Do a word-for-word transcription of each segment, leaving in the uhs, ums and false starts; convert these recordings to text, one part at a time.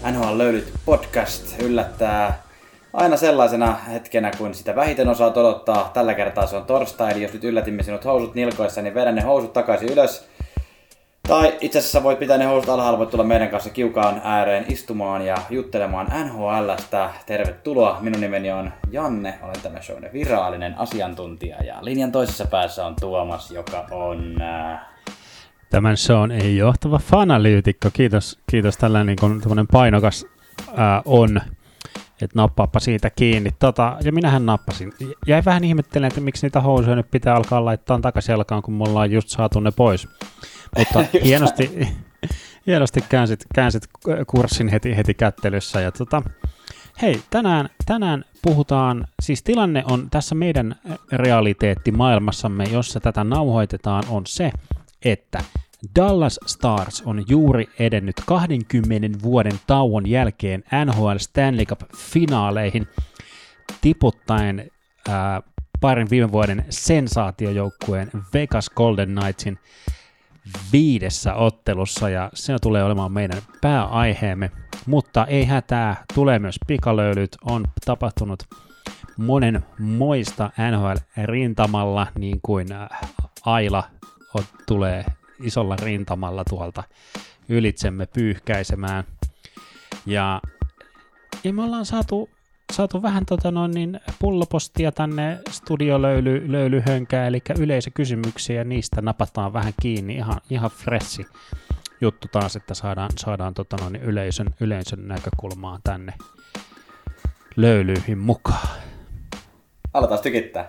N H L-löylyt podcast yllättää aina sellaisena hetkenä, kun sitä vähiten osaa odottaa. Tällä kertaa se on torstai, eli jos nyt yllätimme sinut housut nilkoissa, niin vedä ne housut takaisin ylös. Tai itse asiassa voit pitää ne housut alhaalla, voit tulla meidän kanssa kiukaan ääreen istumaan ja juttelemaan N H L:stä. Tervetuloa, minun nimeni on Janne, olen tämän shown virallinen asiantuntija ja linjan toisessa päässä on Tuomas, joka on... Äh... Tämän shown ei johtava fanalyytikko, kiitos, kiitos tällainen niin painokas ää, on, että nappaappa siitä kiinni. Tota, ja minähän nappasin. Jäi vähän ihmettelemään, että miksi niitä housuja nyt pitää alkaa laittaa takaselkaan, kun me ollaan just saatu ne pois. Mutta hienosti, hienosti käänsit, käänsit kurssin heti, heti kättelyssä. Ja tota, hei, tänään, tänään puhutaan, siis tilanne on tässä meidän realiteettimaailmassamme, jossa tätä nauhoitetaan, on se, että Dallas Stars on juuri edennyt kahdenkymmenen vuoden tauon jälkeen N H L Stanley Cup-finaaleihin tiputtaen ää, parin viime vuoden sensaatiojoukkueen Vegas Golden Knightsin viidessä ottelussa, ja se tulee olemaan meidän pääaiheemme, mutta ei hätää, tulee myös pikalöylyt, on tapahtunut monen moista N H L-rintamalla, niin kuin Aila tulee isolla rintamalla tuolta ylitsemme pyyhkäisemään. Ja, ja me ollaan saatu, saatu vähän tota noin, niin pullopostia tänne studiolöylyhönkään, eli yleisökysymyksiä, ja niistä napataan vähän kiinni. Ihan, ihan freshi juttu taas, että saadaan, saadaan tota noin, yleisön, yleisön näkökulmaa tänne löylyihin mukaan. Aletaan tykittää.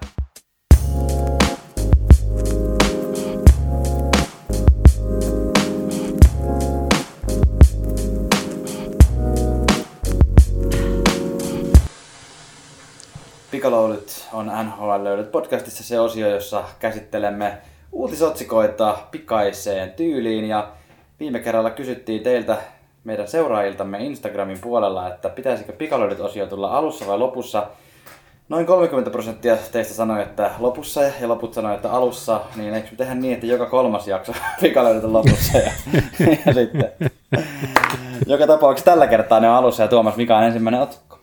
Pikalöylyt on N H L-löylyt podcastissa se osio, jossa käsittelemme uutisotsikoita pikaiseen tyyliin. Ja viime kerralla kysyttiin teiltä, meidän seuraajiltamme Instagramin puolella, että pitäisikö pikalöylyt-osio tulla alussa vai lopussa. Noin kolmekymmentä prosenttia teistä sanoi, että lopussa ja loput sanoi, että alussa. Niin eikö me tehdä niin, että joka kolmas jakso pikalöylyt on lopussa ja, ja sitten joka tapauksessa tällä kertaa ne on alussa. Ja Tuomas, mikä on ensimmäinen otsikko?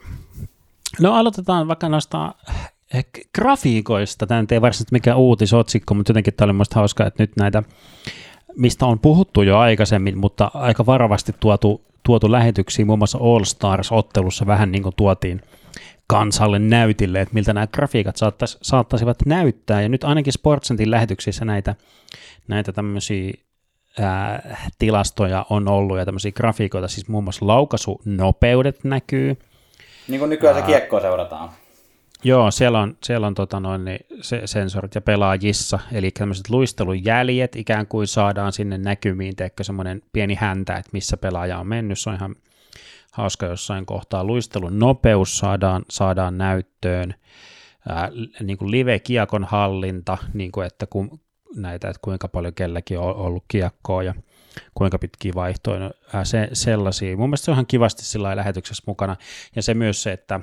No aloitetaan vaikka noista grafiikoista. Tämä ei varsinaisesti mikään uutisotsikko, mutta jotenkin tämä oli minusta hauskaa, että nyt näitä, mistä on puhuttu jo aikaisemmin, mutta aika varovasti tuotu, tuotu lähetyksiin, muun muassa All Stars-ottelussa vähän niin kuin tuotiin kansalle näytille, että miltä nämä grafiikat saattais, saattaisivat näyttää. Ja nyt ainakin Sportsentin lähetyksissä näitä, näitä tämmöisiä ää, tilastoja on ollut ja tämmöisiä grafiikoita, siis muun muassa laukaisunopeudet näkyy. Niin kuin nykyään se kiekkoa seurataan. Joo, siellä on, siellä on tota noin, niin se, sensorit ja pelaajissa, eli tämmöiset luistelujäljet ikään kuin saadaan sinne näkymiin, teekö semmoinen pieni häntä, että missä pelaaja on mennyt, se on ihan hauska jossain kohtaa. Luistelun nopeus saadaan, saadaan näyttöön, ää, niin kuin live-kiekon hallinta, niin kuin että kun, näitä, että kuinka paljon kelläkin on ollut kiekkoa ja kuinka pitkiä vaihtoja, ää, se, sellaisia. Mun mielestä se on ihan kivasti sillä lähetyksessä mukana, ja se myös se, että,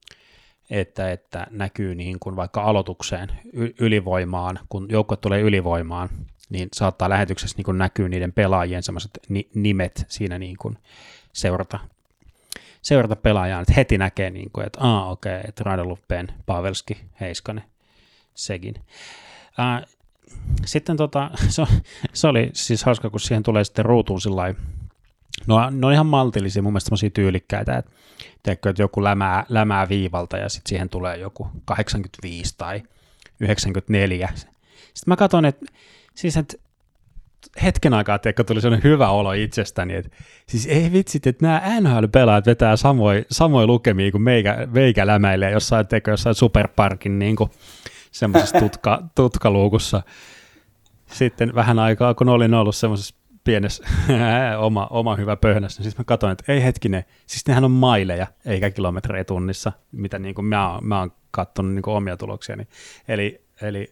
että, että näkyy niin kuin vaikka aloitukseen ylivoimaan, kun joukko tulee ylivoimaan, niin saattaa lähetyksessä niin kuin näkyy niiden pelaajien sellaiset ni- nimet siinä niin kuin seurata, seurata pelaajaa, että heti näkee, niin kuin, että aa okei, okay, että Radelupen, Pavelski, Heiskanen, Segin. Ää, Sitten tota, se, se oli siis hauska, kun siihen tulee sitten ruutuun sillain, no ne on ihan maltillisia, mun mielestä semmosia tyylikkäitä, että teekö, että joku lämää, lämää viivalta ja sitten siihen tulee joku kahdeksankymmentäviisi tai yhdeksänkymmentäneljä. Sitten mä katson, että siis että hetken aikaa teekö, tuli sellainen hyvä olo itsestäni, että siis ei vitsit, että nämä N H L-pelaajat vetää samoja samoi lukemia kuin meikä, meikä lämäilee jossain, teekö jossain Superparkin niin kuin semmoisessa tutka, tutkaluukussa. Sitten vähän aikaa, kun olin ollut semmoisessa pienessä oma, oma hyvä pöhnässä, niin siis mä katsoin, että ei hetkinen, siis nehän on maileja, eikä kilometrejä tunnissa, mitä niin kuin mä, oon, mä oon katsonut niin kuin omia tuloksiani. Eli, eli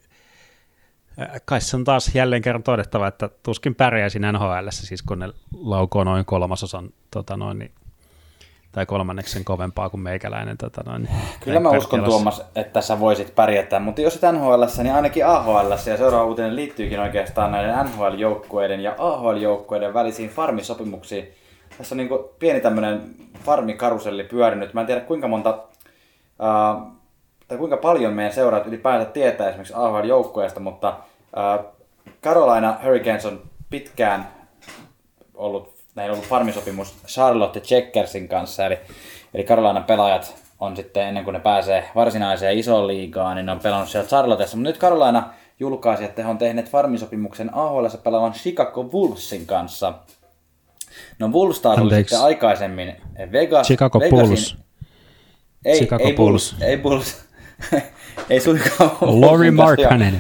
kai se on taas jälleen kerran todettava, että tuskin pärjäisin N H L:ssä, siis kun ne laukoo noin kolmasosan tota noin, niin tai kolmanneksen kovempaa kuin meikäläinen. Tota noin, Kyllä mä uskon, Tuomas, että sä voisit pärjätä, mutta jos et N H L:ssä, niin ainakin A H L:ssä, ja seuraava uutinen liittyykin oikeastaan näiden N H L-joukkueiden ja A H L-joukkueiden välisiin farmisopimuksiin. tässä on niin kuin pieni tämmöinen farmikaruselli pyörinyt. Mä en tiedä kuinka monta, ää, tai kuinka paljon meidän seuraajat ylipäänsä tietää esimerkiksi A H L-joukkueesta, mutta ää, Carolina Hurricanes on pitkään ollut, näin ollut farmisopimus Charlotte Checkersin kanssa, eli, eli Carolinan pelaajat on sitten ennen kuin ne pääsee varsinaiseen isoon liigaan, niin ne on pelannut siellä Charlottessa. Mutta nyt Carolina julkaisi, että he on tehneet farmisopimuksen A H L:ssä pelaavan Chicago Bullsin kanssa. No Bulls taas oli sitten aikaisemmin Vegas. Chicago Vegasin, Bulls. Ei, Chicago ei Bulls. Bulls. Ei Bulls. Ei suinkaan. Lauri Markkanen.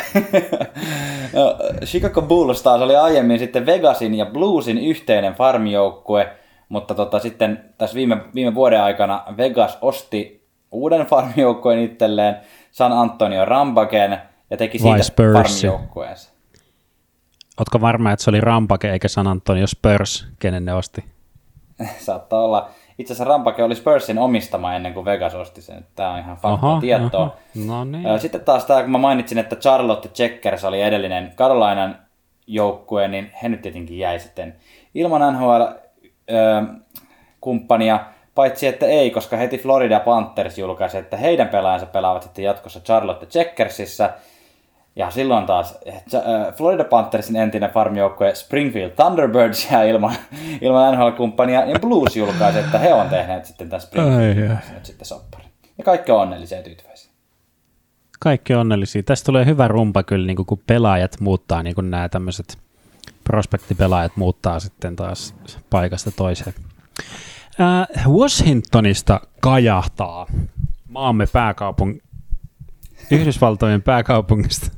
No, Chicago Bulls taas oli aiemmin sitten Vegasin ja Bluesin yhteinen farmijoukkue, mutta tota, sitten tässä viime, viime vuoden aikana Vegas osti uuden farmijoukkueen itselleen, San Antonio Rambagen, ja teki siitä farmijoukkueensa. Ootko varma, että se oli Rampage eikä San Antonio Spurs, kenen ne osti? Saattaa olla. Itse asiassa Rampage oli Spursin omistama ennen kuin Vegas osti sen. Tämä on ihan fakta tietoa. No niin. Sitten taas tämä, kun mä mainitsin, että Charlotte Checkers oli edellinen Carolinan joukkue, niin he nyt tietenkin jäi sitten ilman N H L-kumppania, paitsi että ei, koska heti Florida Panthers julkaisi, että heidän pelaajansa pelaavat sitten jatkossa Charlotte Checkersissä. Ja silloin taas Florida Panthersin entinen farmijoukkue Springfield Thunderbirds ja ilman, ilman N H L-kumppania, ja Blues julkaisi, että he on tehneet sitten tämän Springfield nyt sitten sopparin. Ja kaikki on onnellisia ja tyytyväisiä. Kaikki on onnellisia. Tästä tulee hyvä rumpa kyllä, niin kun pelaajat muuttaa, niin kuin nämä tämmöiset prospektipelaajat muuttaa sitten taas paikasta toiseen. Äh, Washingtonista kajahtaa maamme pääkaupung... Yhdysvaltojen pääkaupungista.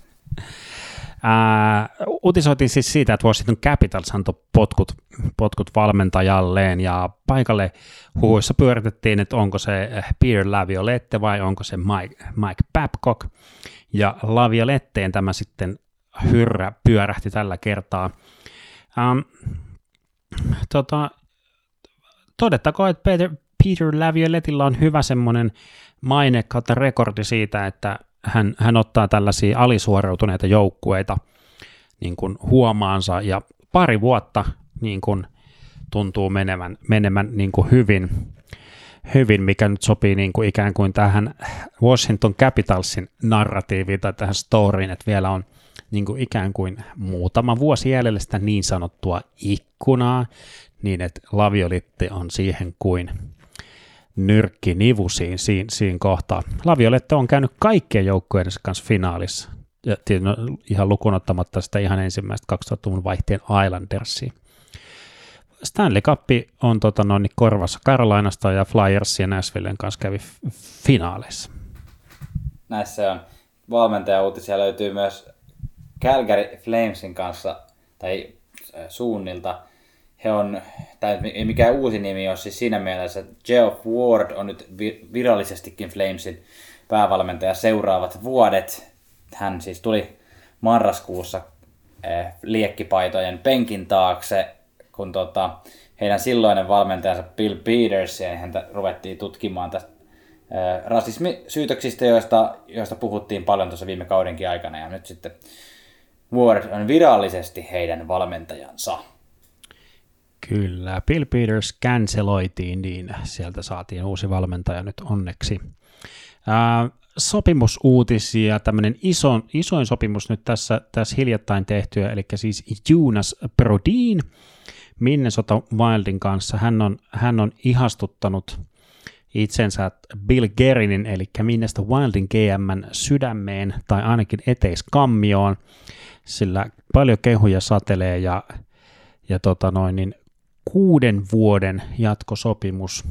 Ää, uutisoitiin siis siitä, että Washington Capitals antoi potkut, potkut valmentajalleen, ja paikalle huhuissa pyöritettiin, että onko se Peter Laviolette vai onko se Mike, Mike Babcock, ja Lavioletteen tämä sitten hyrrä pyörähti tällä kertaa. Ähm, tota, todettakoon, että Peter, Peter Laviolettilla on hyvä semmoinen maine kautta rekordi siitä, että hän, hän ottaa tällaisia alisuoriutuneita joukkueita niin kuin huomaansa, ja pari vuotta niin kuin tuntuu menemään, menemään niin kuin hyvin, hyvin, mikä nyt sopii niin kuin ikään kuin tähän Washington Capitalsin narratiiviin tai tähän storyin, että vielä on niin kuin ikään kuin muutama vuosi jäljellä sitä niin sanottua ikkunaa, niin että Laviolette on siihen kuin nyrkki nivusiin siinä, siinä kohtaa. Laviolette on käynyt kaikkien joukkueiden kanssa finaalissa, ja ihan lukunottamatta sitä ihan ensimmäistä kaksituhattaluvun vaihteen Islandersia. Stanley Cup on tota, noin, korvassa Carolinasta, ja Flyers ja Nashvillen kanssa kävi finaaleissa. Näissä on valmentaja-uutisia, löytyy myös Calgary Flamesin kanssa, tai suunnilta. He on, tai ei mikään uusi nimi ole siis siinä mielessä, että Geoff Ward on nyt virallisestikin Flamesin päävalmentaja seuraavat vuodet. Hän siis tuli marraskuussa eh, liekkipaitojen penkin taakse, kun tota, heidän silloinen valmentajansa Bill Peters, ja häntä ruvettiin tutkimaan tästä eh, rasismisyytöksistä, joista, joista puhuttiin paljon tuossa viime kaudenkin aikana, ja nyt sitten Ward on virallisesti heidän valmentajansa. Kyllä, Bill Peters canceloitiin, niin sieltä saatiin uusi valmentaja nyt onneksi. Ää, sopimusuutisia, tämmöinen iso, isoin sopimus nyt tässä, tässä hiljattain tehtyä, eli siis Jonas Brodin Minnesota Wildin kanssa. Hän on, hän on ihastuttanut itsensä Bill Guerinin, eli Minnesota Wildin G M:n sydämeen, tai ainakin eteiskammioon, sillä paljon kehuja satelee, ja, ja tota noin, niin kuuden vuoden jatkosopimus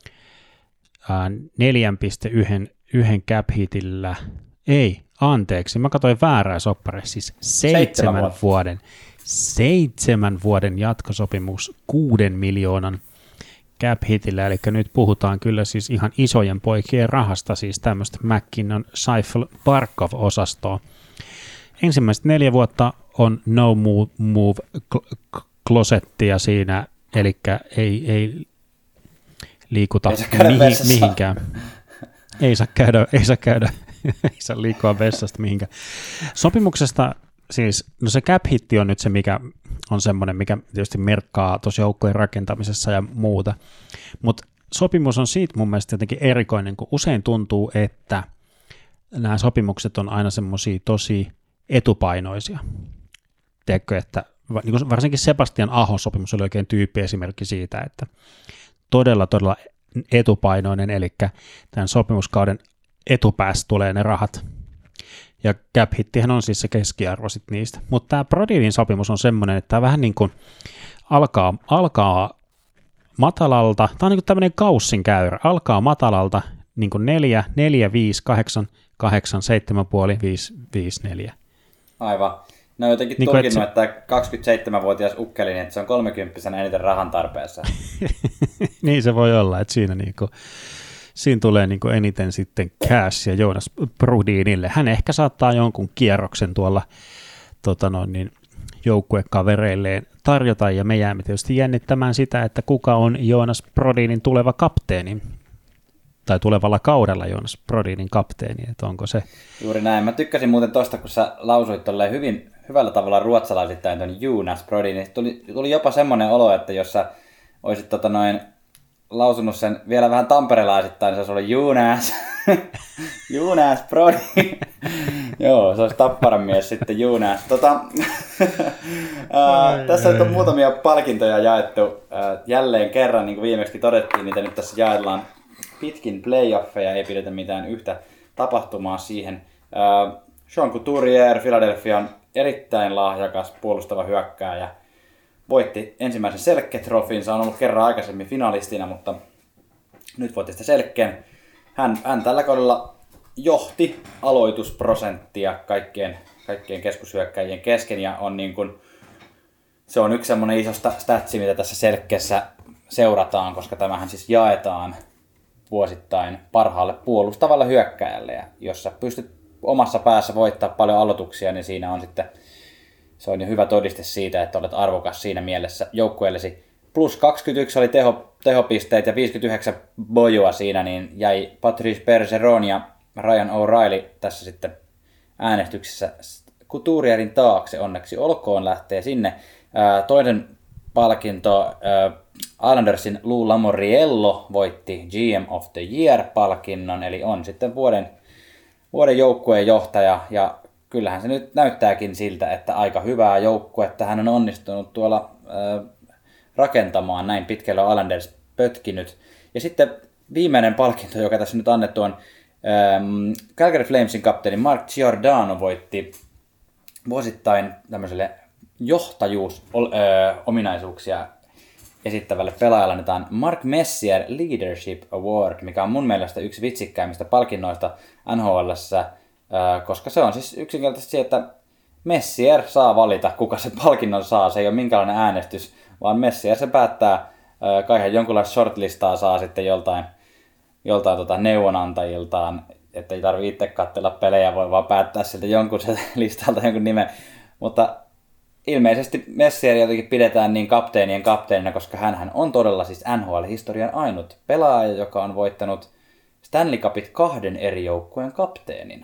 neljä pilkku yksi cap-hitillä, ei, anteeksi, mä katsoin väärää soppare, siis seitsemän vuoden, seitsemän vuoden jatkosopimus kuuden miljoonan cap-hitillä, eli nyt puhutaan kyllä siis ihan isojen poikien rahasta, siis tämmöistä McKinnon, Seifel, Barkov-osastoa. Ensimmäiset neljä vuotta on no move, move klosettia siinä, eli ei, ei liikuta ei mihin, mihinkään. Ei saa käydä, ei saa käydä, ei saa liikkua vessasta mihinkään. Sopimuksesta siis, no se cap-hitti on nyt se, mikä on semmoinen, mikä tietysti merkkaa tuossa joukkojen rakentamisessa ja muuta, mutta sopimus on siitä mun mielestä jotenkin erikoinen, kun usein tuntuu, että nämä sopimukset on aina semmoisia tosi etupainoisia. Tiedätkö, että niin varsinkin Sebastian Ahon sopimus oli oikein tyyppiesimerkki siitä, että todella, todella etupainoinen, eli tämän sopimuskauden etupäästä tulee ne rahat. Ja cap-hittihän on siis se keskiarvo sit niistä. Mutta tämä Brodinin sopimus on semmoinen, että tämä vähän niin kuin alkaa, alkaa matalalta, tämä on niin kuin tämmöinen Gaussin käyrä, alkaa matalalta niin kuin neljä, neljä, viisi, kahdeksan, kahdeksan, seitsemän puoli, viisi, viisi, neljä. Aivan. Ne on jotenkin niin tulkinnut, se... että kaksikymmentäseitsemänvuotias ukkeli, niin että se on kolmekymppisenä eniten rahan tarpeessa. Niin se voi olla, että siinä, niin kuin, siinä tulee niin kuin eniten sitten cashia Jonas Brodinille. Hän ehkä saattaa jonkun kierroksen tuolla tota noin, niin, joukkuekavereilleen tarjota, ja me jäämme tietysti jännittämään sitä, että kuka on Jonas Brodinin tuleva kapteeni, tai tulevalla kaudella Jonas Brodinin kapteeni, että onko se... Juuri näin. Mä tykkäsin muuten tosta, kun sä lausuit tolleen hyvin, hyvällä tavalla ruotsalaisittain ton Jonas Brodin. Tuli, tuli jopa semmoinen olo, että jos sä olisit tota noin lausunut sen vielä vähän tamperelaisittain, niin se olisi ollut Jonas. Jonas Brodin. Joo, se olisi Tapparan mies sitten Jonas. Tota, ää, tässä nyt on muutamia palkintoja jaettu. Ää, jälleen kerran, niin kuin viimeksi todettiin, niitä nyt tässä jaellaan pitkin playoffeja, ei pidetä mitään yhtä tapahtumaa siihen. Ää, Sean Couturier, Philadelphian erittäin lahjakas puolustava hyökkääjä, voitti ensimmäisen Selke-trofinsa, on ollut kerran aikaisemmin finalistina, mutta nyt voitti sitä Selken. Hän, hän tällä kaudella johti aloitusprosenttia kaikkien, kaikkien keskushyökkäjien kesken, ja on niin kuin, se on yksi semmoinen iso statsi, mitä tässä Selkessä seurataan, koska tämähän siis jaetaan vuosittain parhaalle puolustavalle hyökkääjälle, ja jos sä pystyt omassa päässä voittaa paljon aloituksia, niin siinä on sitten, se on jo hyvä todiste siitä, että olet arvokas siinä mielessä joukkueellesi. Plus kaksikymmentäyksi oli teho, tehopisteet ja viisikymmentäyhdeksän bojoa siinä, niin jäi Patrice Bergeron ja Ryan O'Reilly tässä sitten äänestyksessä Couturierin taakse. Onneksi olkoon, lähtee sinne. Ää, toinen palkinto, ää, Islandersin Lou Lamoriello voitti G M of the Year-palkinnon, eli on sitten vuoden, vuoden joukkueen johtaja, ja kyllähän se nyt näyttääkin siltä, että aika hyvää joukkuetta hän on onnistunut tuolla ää, rakentamaan, näin pitkälle on Islanders pötkinyt. Ja sitten viimeinen palkinto, joka tässä nyt annettu on, ähm, Calgary Flamesin kapteeni Mark Giordano voitti vuosittain tämmöiselle johtajuusominaisuuksia esittävälle pelaajalle annetaan Mark Messier Leadership Award, mikä on mun mielestä yksi vitsikkäimmistä palkinnoista N H L:ssä, äh, koska se on siis yksinkertaisesti se, että Messier saa valita, kuka se palkinnon saa, se ei ole minkälainen äänestys, vaan Messier se päättää, kai jonkunlaista shortlistaa saa sitten joltain, joltain tota neuvonantajiltaan, että ei tarvitse itse katsella pelejä, voi vaan päättää siltä jonkun listalta jonkun nimen. Mutta ilmeisesti Messier jotenkin pidetään niin kapteenien kapteenina, koska hänhän on todella siis N H L-historian ainut pelaaja, joka on voittanut Stanley Cupit kahden eri joukkueen kapteenina.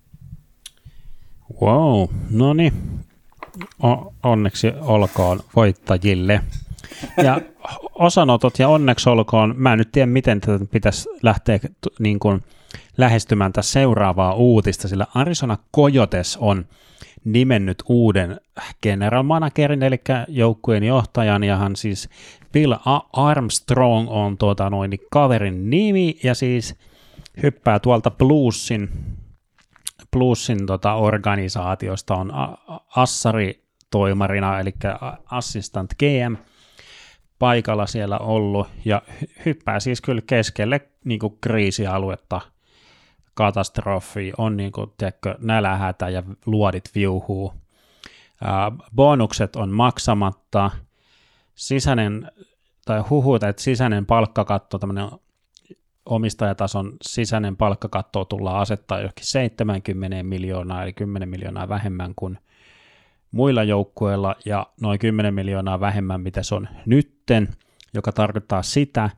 Wow, no niin. O- onneksi olkoon voittajille. Ja osanotot ja onneksi olkoon, mä en nyt tiedä miten tätä pitäisi lähteä niin kuin lähestymään tässä seuraavaa uutista, sillä Arizona Coyotes on nimennyt uuden general managerin, eli joukkueen johtajan, ja hän siis Bill Armstrong on tuota noin kaverin nimi, ja siis hyppää tuolta Bluesin, Bluesin tota organisaatiosta, on Assari toimarina, eli assistant G M paikalla siellä ollut, ja hyppää siis kyllä keskelle niin kuin kriisialuetta, katastrofi, on niin kuin, tiedätkö, nälähätä ja luodit viuhuu. Ää, bonukset on maksamatta, sisäinen, tai huhut, että sisäinen palkkakatto, tämmöinen omistajatason sisäinen palkkakatto tullaan asettaa johonkin seitsemänkymmentä miljoonaa, eli kymmenen miljoonaa vähemmän kuin muilla joukkueilla, ja noin kymmenen miljoonaa vähemmän, mitä se on nytten, joka tarkoittaa sitä,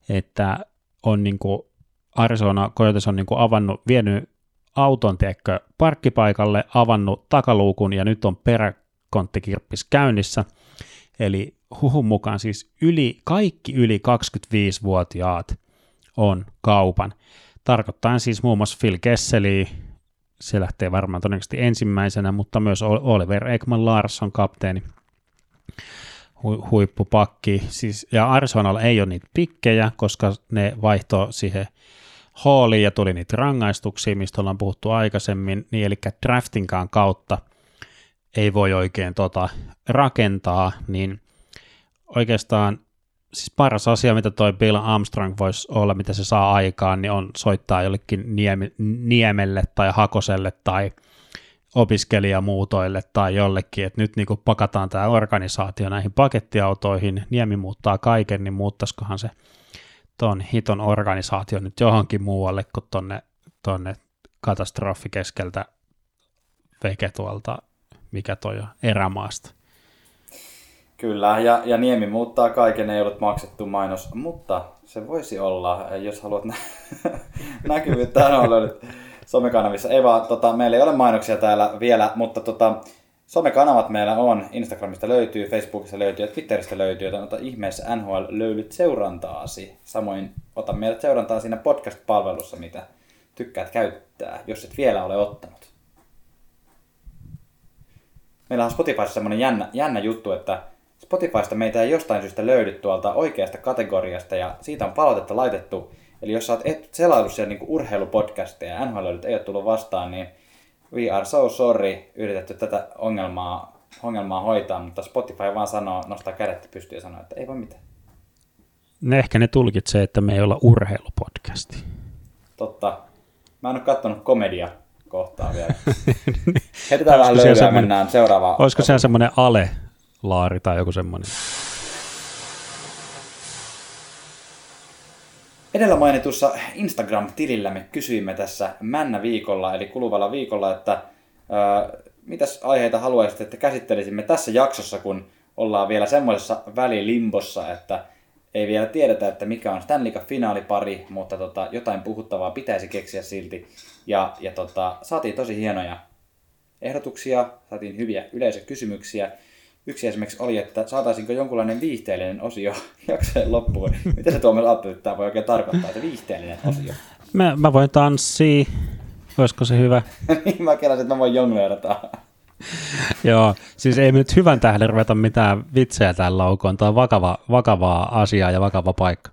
että on niin kuin Arizona Coyotes on niin kuin avannut, vienyt auton, tiedätkö, parkkipaikalle, avannut takaluukun ja nyt on peräkonttikirppis käynnissä. Eli huhun mukaan siis yli, kaikki yli kaksikymmentäviisivuotiaat on kaupan. Tarkoittaa siis muun muassa Phil Kesseliä, se lähtee varmaan todennäköisesti ensimmäisenä, mutta myös Oliver Ekman Larsson, kapteeni, hu- huippupakki. Siis, ja Arizonalla ei ole niitä pikkejä, koska ne vaihtoi siihen Halliin ja tuli niitä rangaistuksia, mistä ollaan puhuttu aikaisemmin, niin eli draftinkaan kautta ei voi oikein tota rakentaa, niin oikeastaan siis paras asia, mitä toi Bill Armstrong voisi olla, mitä se saa aikaan, niin on soittaa jollekin niemi, Niemelle tai Hakoselle tai opiskelijamuutoille tai jollekin, että nyt niin kun pakataan tämä organisaatio näihin pakettiautoihin, Niemi muuttaa kaiken, niin muuttaisikohan se ton hiton organisaatio nyt johonkin muualle kuin tonne, tonne katastrofi keskeltä veke tuolta, mikä toi on, erämaasta. Kyllä, ja, ja Niemi muuttaa kaiken, ei ollut maksettu mainos, mutta se voisi olla, jos haluat nä- näkyvyyttä, on löydät somekanavissa. Ei vaan, tota, meillä ei ole mainoksia täällä vielä, mutta tota, somekanavat meillä on, Instagramista löytyy, Facebookista löytyy ja Twitteristä löytyy, joten ota ihmeessä N H L löydyt seurantaasi. Samoin ota meidät seurantaa siinä podcast-palvelussa, mitä tykkäät käyttää, jos et vielä ole ottanut. Meillä on Spotifyssa semmoinen jännä, jännä juttu, että Spotifysta meitä ei jostain syystä löydy tuolta oikeasta kategoriasta ja siitä on palautetta laitettu. Eli jos sä oot selaillut siellä niinku urheilupodcasteja ja N H L ei ole tullut vastaan, niin we are so sorry, yritetty tätä ongelmaa, ongelmaa hoitaa, mutta Spotify vaan sanoo, nostaa kädet pystyyn ja sanoo, että ei voi mitään. Ne ehkä ne tulkitsee, että me ei olla urheilupodcasti. Totta. Mä en ole kattonut komedia kohtaa vielä. Heitetään vähän löylyä ja mennään seuraavaan. Olisiko siellä semmoinen Ale-laari tai joku semmoinen? Edellä mainitussa Instagram-tilillämme kysyimme tässä männä viikolla, eli kuluvalla viikolla, että ää, mitäs aiheita haluaisitte, että käsittelisimme tässä jaksossa, kun ollaan vielä semmoisessa välilimbossa, että ei vielä tiedetä, että mikä on Stanley Cup-finaalipari, mutta tota, jotain puhuttavaa pitäisi keksiä silti. Ja, ja tota, saatiin tosi hienoja ehdotuksia, saatiin hyviä yleisökysymyksiä. Yksi esimerkiksi oli, että saataisinko jonkunlainen viihteellinen osio jaksojen loppuun. Mitä se Tuomas ajattelee, että tämä voi oikein tarkoittaa, että viihteellinen osio? Mä, mä voin tanssia. Olisiko se hyvä? Niin mä kelasin, että mä voin jongleerata. Joo, siis ei me nyt hyvän tähden ruveta mitään vitsejä tällä laukoon. Tämä on vakava, vakavaa asiaa ja vakava paikka.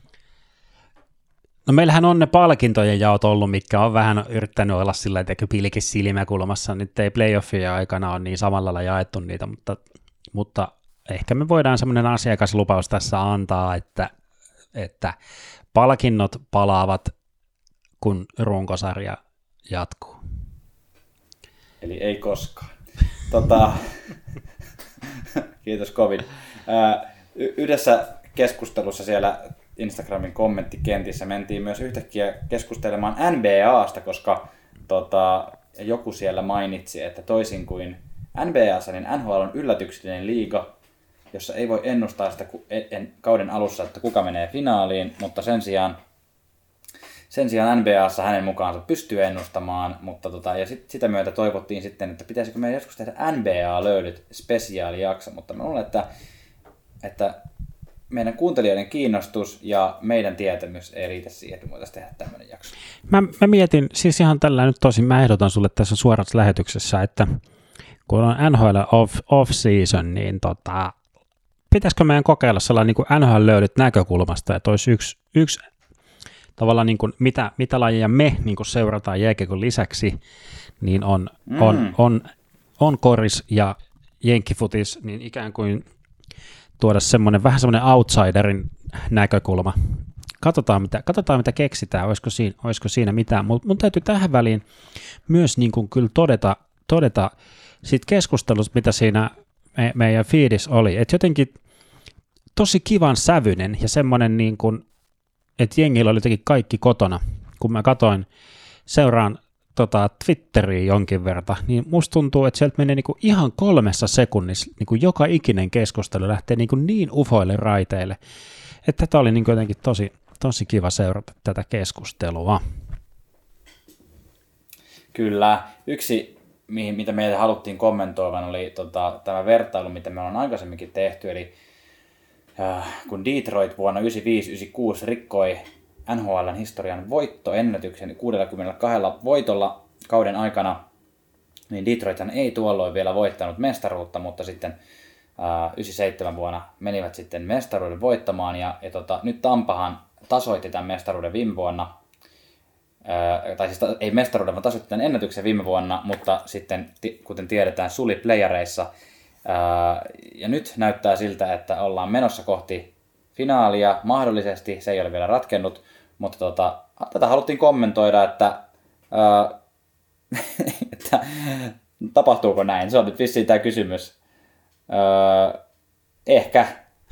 No meillähän on ne palkintojen jaot ollut, mitkä on vähän yrittänyt olla sillä tavalla, että pilkis silmäkulmassa. Nyt ei playoffien aikana ole niin samalla lailla jaettu niitä, mutta, mutta ehkä me voidaan semmoinen asiakaslupaus tässä antaa, että, että palkinnot palaavat, kun runkosarja jatkuu. Eli ei koskaan. Tota, kiitos kovin. Y- yhdessä keskustelussa siellä Instagramin kommenttikentissä mentiin myös yhtäkkiä keskustelemaan N B A:sta, koska tota, joku siellä mainitsi, että toisin kuin N B A:ssa, niin N H L on yllätyksellinen liiga, jossa ei voi ennustaa sitä en, kauden alussa, että kuka menee finaaliin, mutta sen sijaan Sen sijaan N B A:ssa hänen mukaansa pystyy ennustamaan, mutta tota, ja sit, sitä myötä toivottiin sitten, että pitäisikö meidän joskus tehdä N B A-löydyt spesiaalijakso, mutta mä luulen, että, että meidän kuuntelijoiden kiinnostus ja meidän tietämys ei riitä siihen, että me voitaisiin tehdä tämmöinen jakso. Mä, mä mietin, siis ihan tällä nyt tosin, mä ehdotan sulle tässä suorassa lähetyksessä, että kun on N H L off, off-season, niin tota, pitäisikö meidän kokeilla sellainen niin N H L-löydyt näkökulmasta, että olisi yksi, yksi tavallaan niin kuin mitä, mitä lajeja me niin kuin seurataan jääkiekon lisäksi, niin on, mm. on, on, on koris ja jenkkifutis, niin ikään kuin tuoda semmoinen vähän semmoinen outsiderin näkökulma. Katsotaan mitä, katsotaan, mitä keksitään, olisiko siinä, olisiko siinä mitään, mutta mun täytyy tähän väliin myös niin kuin kyllä todeta, todeta siitä keskustelusta, mitä siinä me, meidän feedissä oli, että jotenkin tosi kivan sävyinen ja semmoinen niin kuin että jengillä oli jotenkin kaikki kotona. Kun mä katoin, seuraan tota, Twitteriä jonkin verran, niin musta tuntuu, että sieltä menee niinku ihan kolmessa sekunnissa niinku joka ikinen keskustelu lähtee niinku niin ufoille raiteille, että tätä oli niinku jotenkin tosi, tosi kiva seurata tätä keskustelua. Kyllä. Yksi, mihin, mitä meitä haluttiin kommentoivan, oli tota, tämä vertailu, mitä me on aikaisemminkin tehty. Eli äh, kun Detroit vuonna yhdeksänkymmentäviisi yhdeksänkymmentäkuusi rikkoi N H L:n historian voittoennätyksen kuusikymmentäkaksi voitolla kauden aikana, niin Detroithan ei tuolloin vielä voittanut mestaruutta, mutta sitten ää, yhdeksänkymmentäseitsemän vuonna menivät sitten mestaruuden voittamaan, ja, ja tota, nyt Tampahan tasoitti tämän mestaruuden viime vuonna, ää, tai siis ta, ei mestaruuden, vaan tasoitti tämän ennätyksen viime vuonna, mutta sitten, t- kuten tiedetään, suli playareissa, ää, ja nyt näyttää siltä, että ollaan menossa kohti finaalia, mahdollisesti, se ei ole vielä ratkennut, mutta tota, tätä haluttiin kommentoida, että ää, että tapahtuuko näin? Se on nyt vissiin tämä kysymys. Öö, ehkä.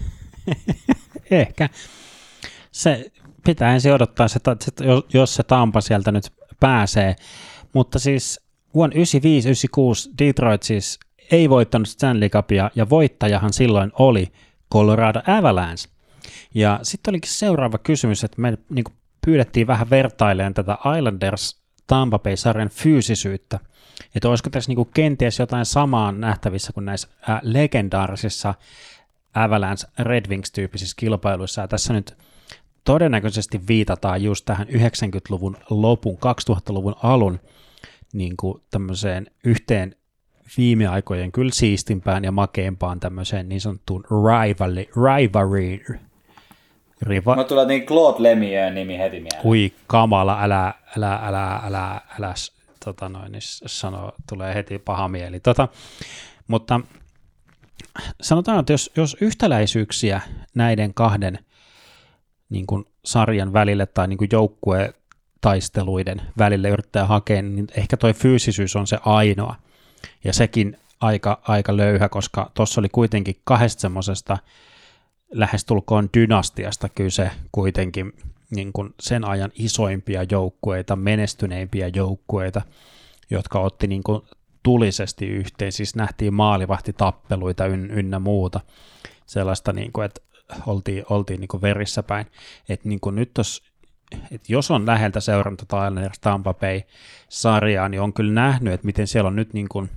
Ehkä. Se pitää ensin odottaa, että jos se Tampa sieltä nyt pääsee. Mutta siis vuonna yhdeksänkymmentäviisi yhdeksänkymmentäkuusi Detroit siis ei voittanut Stanley Cupia, ja voittajahan silloin oli Colorado Avalanche. Ja sitten olikin seuraava kysymys, että me niin kuin pyydettiin vähän vertailemaan tätä Islanders Tampa Bay-sarjan fyysisyyttä, että olisiko tässä niinku kenties jotain samaa nähtävissä kuin näissä ää, legendaarisissa Avalanche Red Wings-tyyppisissä kilpailuissa, ja tässä nyt todennäköisesti viitataan just tähän yhdeksänkymmentäluvun lopun, kaksituhattaluvun alun niin kuin tämmöiseen yhteen viime aikojen kyllä siistimpään ja makeampaan tämmöiseen niin sanottuun rivalry, rivalry Riva... Mä tulee niin Claude Lemieux nimi heti mieleen. Ui kamala, älä, älä, älä, älä, älä tota noin, niin sano, tulee heti paha mieli. Tota, mutta sanotaan, että jos, jos yhtäläisyyksiä näiden kahden niin kuin sarjan välille tai niin kuin joukkuetaisteluiden välille yrittää hakea, niin ehkä toi fyysisyys on se ainoa. Ja sekin aika, aika löyhä, koska tuossa oli kuitenkin kahdesta semmoisesta lähestulkoon dynastiasta kyse kuitenkin niin kuin sen ajan isoimpia joukkueita, menestyneimpiä joukkueita, jotka otti niin kuin tulisesti yhteen, siis nähtiin maalivahtitappeluita yn, ynnä muuta, sellaista, niin kuin, että oltiin, oltiin niin kuin verissä päin. Että niin kuin nyt tos, että jos on läheltä seurannut Islanders Tampa Bay-sarjaa, niin on kyllä nähnyt, että miten siellä on nyt niin kuin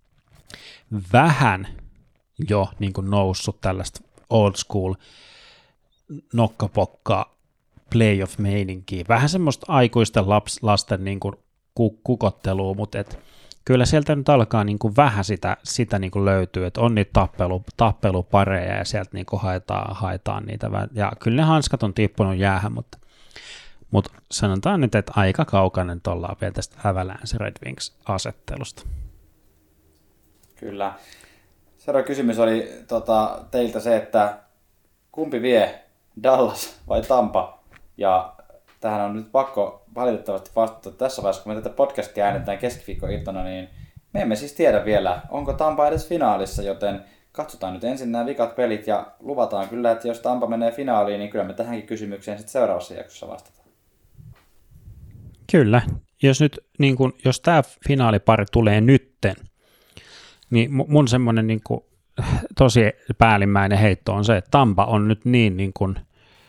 vähän jo niin kuin noussut tällaista old school nokkapokkaa playoff-meininkiä. Vähän semmoista aikuisten laps, lasten niin kuin kukottelua, mutta et kyllä sieltä nyt alkaa niin kuin vähän sitä, sitä niin kuin löytyy, että on niitä tappelu, tappelupareja ja sieltä niin kuin haetaan, haetaan niitä. Ja kyllä ne hanskat on tippunut jäähän, mutta, mutta sanotaan nyt, että aika kaukana nyt ollaan vielä tästä Avalanche Red Wings-asettelusta. Kyllä. Seuraava kysymys oli tota, teiltä se, että kumpi vie, Dallas vai Tampa? Ja tähän on nyt pakko valitettavasti vastata tässä vaiheessa, kun me tätä podcastia äänetään keskiviikkoiltana, niin me emme siis tiedä vielä, onko Tampa edes finaalissa, joten katsotaan nyt ensin nämä vikat pelit ja luvataan kyllä, että jos Tampa menee finaaliin, niin kyllä me tähänkin kysymykseen sitten seuraavassa jaksossa vastataan. Kyllä, jos nyt niin kun, jos tämä finaalipari tulee nytten, niin mun semmoinen niin kuin tosi päällimmäinen heitto on se, että Tampa on nyt niin, niin kuin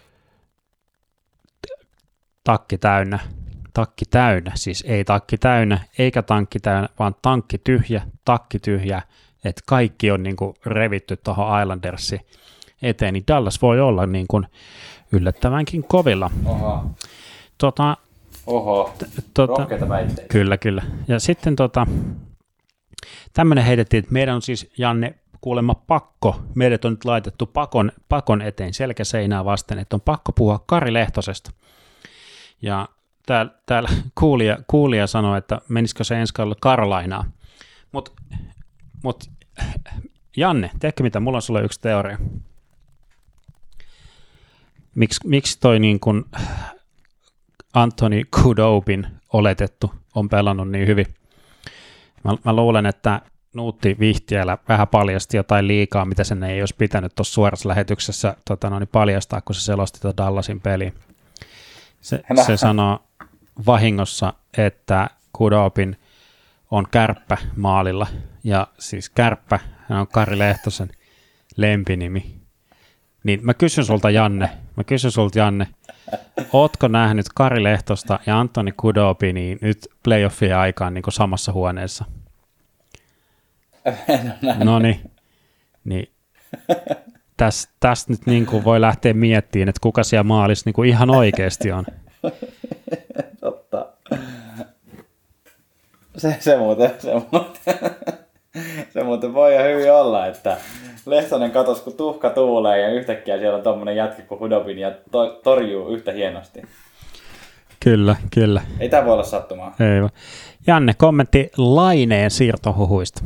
takki täynnä, takki täynnä, siis ei takki täynnä, eikä tankki täynnä, vaan tankki tyhjä, takki tyhjä, että kaikki on niin kuin revitty tuohon Islandersin eteen, niin Dallas voi olla niin kuin yllättävänkin kovilla. Oho, tota, Oho. T- tota, rohkeita väitteitä. Kyllä, kyllä. Ja sitten tota, tämmöinen heitettiin, että meidän on siis, Janne, kuulemma pakko, meidät on nyt laitettu pakon, pakon eteen selkäseinää vasten, että on pakko puhua Kari Lehtosesta. Ja täällä, täällä kuulija, kuulija sanoi, että menisikö se ensi kaudella Karolainaa. Mutta mut, Janne, tiedätkö mitä, mulla on sulle yksi teoria. Miks, miksi toi niin kun Anthony Khudobin oletettu on pelannut niin hyvin? Mä, mä luulen, että Nuutti Vihtiälä vähän paljasti jotain liikaa, mitä sen ei olisi pitänyt tuossa suorassa lähetyksessä tota, no, niin paljastaa, kun se selosti tuota Dallasin peliä. Se, se sanoo vahingossa, että Khudobin on kärppä maalilla, ja siis kärppä hän on Kari Lehtosen lempinimi. Niin mä kysyn sulta Janne, mä kysyn sulta Janne, ootko nähnyt Kari Lehtosta ja Antoni Kudobini nyt playoffien aikaan niin kuin samassa huoneessa? No niin, niin. Tästä täs nyt niin kuin voi lähteä miettimään, että kuka siellä maalissa niin kuin ihan oikeasti on. Totta. Se, se, muuten, se, muuten, se muuten voi jo hyvin olla, että Lehtonen katos, kun tuhka tuulee ja yhtäkkiä siellä on tommonen jätkä kuin Hudobin ja to, torjuu yhtä hienosti. Kyllä, kyllä. Ei tää voi olla sattumaa. Ei vaan. Janne, kommentti Laineen siirtohuhuista.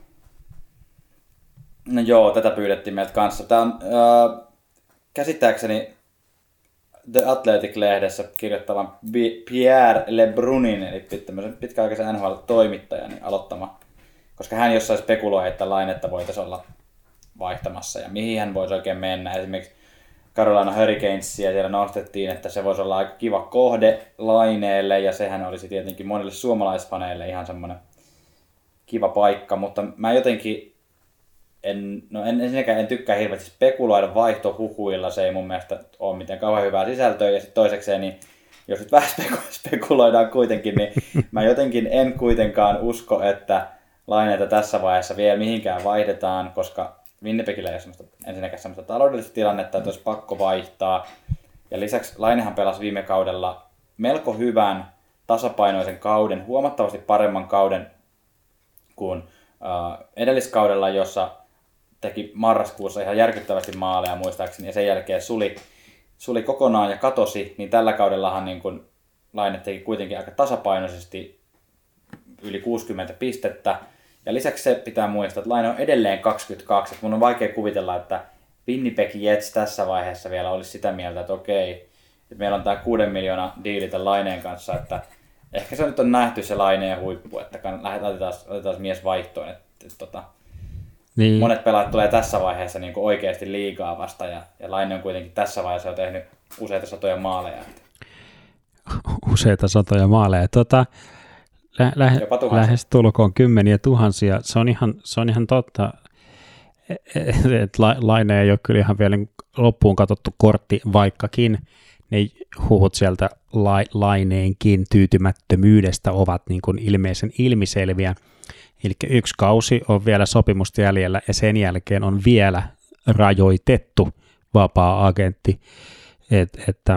No joo, tätä pyydettiin meiltä kanssa. Tää on äh, käsittääkseni The Athletic-lehdessä kirjoittavan Pierre Lebrunin, eli tämmöisen pitkäaikaisen N H L-toimittajan niin aloittama, koska hän jossain spekuloi, että Lainetta voitaisiin olla vaihtamassa ja mihin hän voisi oikein mennä. Esimerkiksi Carolina Hurricanesia siellä nostettiin, että se voisi olla aika kiva kohde Laineelle ja sehän olisi tietenkin monille suomalaisfaneille ihan semmoinen kiva paikka, mutta mä jotenkin En, no en, ensinnäkään en tykkää hirveästi spekuloida vaihtohuhuilla, se ei mun mielestä ole mitenkään kauhean hyvää sisältöä, ja sitten toisekseen, niin jos nyt vähän spekuloidaan kuitenkin, niin mä jotenkin en kuitenkaan usko, että Laineita tässä vaiheessa vielä mihinkään vaihdetaan, koska Winnipegillä ei ole semmoista, ensinnäkään semmoista taloudellista tilannetta, että olisi pakko vaihtaa, ja lisäksi Lainehan pelasi viime kaudella melko hyvän tasapainoisen kauden, huomattavasti paremman kauden kuin uh, edelliskaudella, jossa teki marraskuussa ihan järkyttävästi maaleja muistaakseni, ja sen jälkeen suli, suli kokonaan ja katosi, niin tällä kaudellahan niin kun Laine teki kuitenkin aika tasapainoisesti yli kuusikymmentä pistettä, ja lisäksi se pitää muistaa, että Laine on edelleen kaksikymmentäkaksi, että mun on vaikea kuvitella, että Winnipeg Jets tässä vaiheessa vielä olisi sitä mieltä, että okei, että meillä on tämä kuuden miljoonan diili tämän Laineen kanssa, että ehkä se nyt on nähty se Laineen huippu, että otetaan, otetaan mies vaihtoon, että, että, että niin. Monet pelaajat tulee tässä vaiheessa niin kuin oikeasti liigaa vasta ja, ja Laine on kuitenkin tässä vaiheessa jo tehnyt useita satoja maaleja. Useita satoja maaleja. Tota, lä- lä- lähes tulkoon kymmeniä tuhansia. Se on ihan, se on ihan totta, että Laine ei ole kyllä ihan vielä loppuun katsottu kortti, vaikkakin ne huhut sieltä la- Laineenkin tyytymättömyydestä ovat niin kuin ilmeisen ilmiselviä. Eli yksi kausi on vielä sopimusta jäljellä ja sen jälkeen on vielä rajoitettu vapaa-agentti. Et, että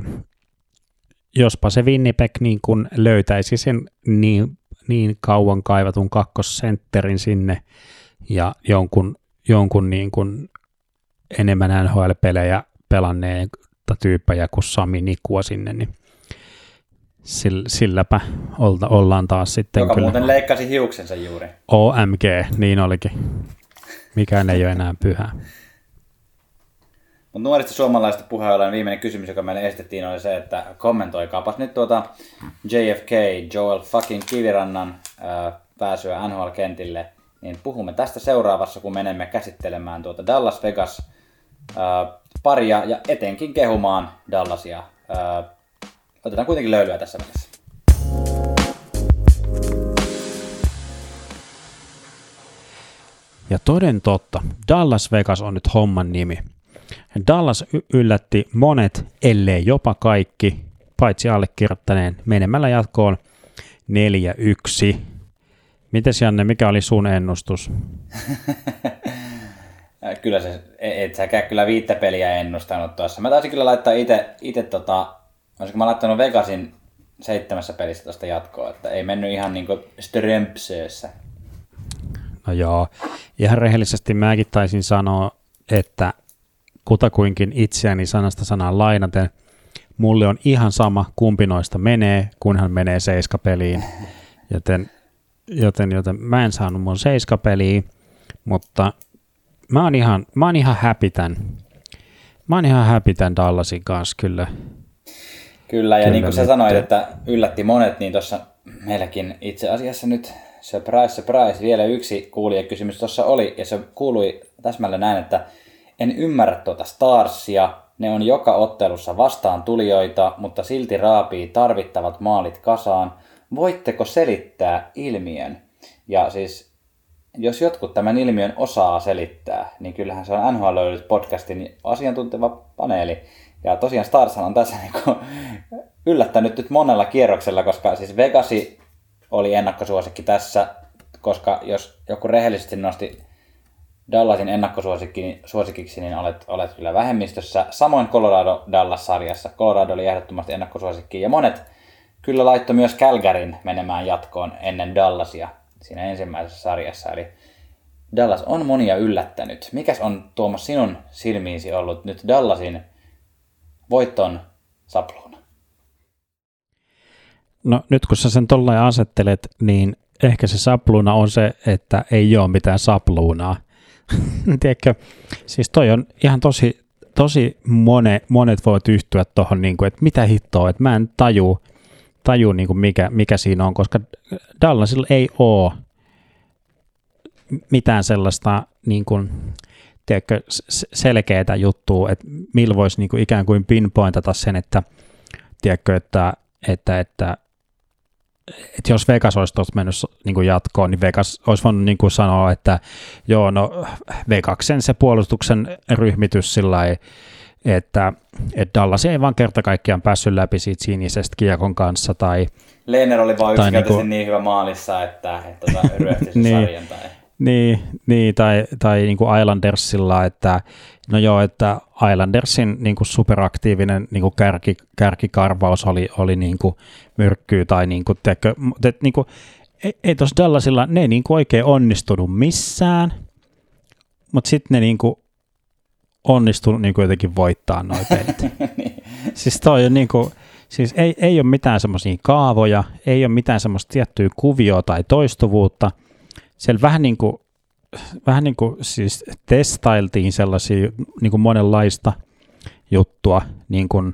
jospa se Winnipeg niin kun löytäisi sen niin, niin kauan kaivatun kakkosentterin sinne ja jonkun, jonkun niin kun enemmän N H L-pelejä pelanneita tyyppejä kuin Sami Nikua sinne, niin silläpä ollaan taas sitten Joka kyllä. muuten leikkasi hiuksensa juuri. O M G, niin olikin. Mikään ei ole enää pyhää. Mutta nuorista suomalaisista puheen ollen viimeinen kysymys, joka meille esitettiin, oli se, että kommentoikaapas nyt tuota J F K, Joel fucking Kivirannan ää, pääsyä N H L-kentille. Niin puhumme tästä seuraavassa, kun menemme käsittelemään tuota Dallas Vegas ää, paria ja etenkin kehumaan Dallasia. Ää, Otetaan kuitenkin löylyä tässä välissä. Ja toden totta, Dallas Vegas on nyt homman nimi. Dallas y- yllätti monet, ellei jopa kaikki, paitsi allekirjoittaneen menemällä jatkoon neljä yksi. Mites Janne, mikä oli sun ennustus? Kyllä se, et säkään kyllä viittä peliä ennustanut tuossa. Mä taisin kyllä laittaa ite, ite tota, olisiko mä laittanut Vegasin seitsemässä pelissä tuosta jatkoa, että ei mennyt ihan niinku strömpsöössä. No joo, ihan rehellisesti mäkin taisin sanoa, että kutakuinkin itseäni sanasta sanaan lainaten, mulle on ihan sama kumpi noista menee, kunhan menee seiskapeliin, joten, joten, joten mä en saanut mun seiskapeliin, mutta mä oon ihan, mä oon ihan happy tän. Mä oon ihan happy tän Dallasin kanssa kyllä. Kyllä, ja kyllä niin kuin sä sanoit, että yllätti monet, niin tuossa meilläkin itse asiassa nyt surprise, surprise, vielä yksi kuulijakysymys tuossa oli, ja se kuului täsmällä näin, että en ymmärrä tuota Starsia, ne on joka ottelussa vastaan tulijoita, mutta silti raapii tarvittavat maalit kasaan. Voitteko selittää ilmiön? Ja siis jos jotkut tämän ilmiön osaa selittää, niin kyllähän se on N H L Löylyt podcastin asiantunteva paneeli. Ja tosiaan Starshan on tässä niin yllättänyt nyt monella kierroksella, koska siis Vegasi oli ennakkosuosikki tässä, koska jos joku rehellisesti nosti Dallasin ennakkosuosikiksi, niin olet, olet kyllä vähemmistössä. Samoin Colorado-Dallas-sarjassa. Colorado oli ehdottomasti ennakkosuosikki, ja monet kyllä laittoi myös Calgaryn menemään jatkoon ennen Dallasia siinä ensimmäisessä sarjassa. Eli Dallas on monia yllättänyt. Mikäs on, Tuomas, sinun silmiisi ollut nyt Dallasin voiton sapluuna? No nyt kun sä sen tollain asettelet, niin ehkä se sapluuna on se, että ei ole mitään sapluunaa. Tiedätkö, siis toi on ihan tosi, tosi mone, monet voivat yhtyä tuohon, niin että mitä hittoa, että mä en taju, taju niin kuin mikä, mikä siinä on, koska Dallasilla ei ole mitään sellaista niin kuin, tiedätkö, selkeää juttua, että millä voisi niin kuin ikään kuin pinpointata sen, että, tiedätkö, että, että, että että jos Vegas olisi tuosta mennyt niin kuin jatkoon, niin Vegas olisi voinut niin kuin sanoa, että joo, no Vegasen se puolustuksen ryhmitys sillä lailla, että, että Dallas ei vaan kerta kaikkiaan päässyt läpi siitä sinisestä kiekon kanssa. Tai, Lehner oli vaan yksinkertaisesti niin, kuin, niin hyvä maalissa, että, että tota, ryöhti sen niin, sarjan. Tai... Niin, niin, tai, tai niin kuin Islandersilla, että no joo, että Islandersin niin kuin superaktiivinen niin kuin kärki, kärkikarvaus oli, oli niin kuin myrkkyy, tai niin kuin, teekö, te, niin kuin, ei, ei tuossa Dallasilla, ne ei niin kuin oikein onnistunut missään, mutta sitten ne niin kuin onnistunut niin kuin jotenkin voittaa noi pelit. niin. Siis toi on niin kuin, siis ei, ei ole mitään semmoisia kaavoja, ei ole mitään semmoista tiettyä kuvioa tai toistuvuutta. Siellä vähän niin kuin, vähän niin kuin siis testailtiin sellaisia niin kuin monenlaista juttua, niin kuin,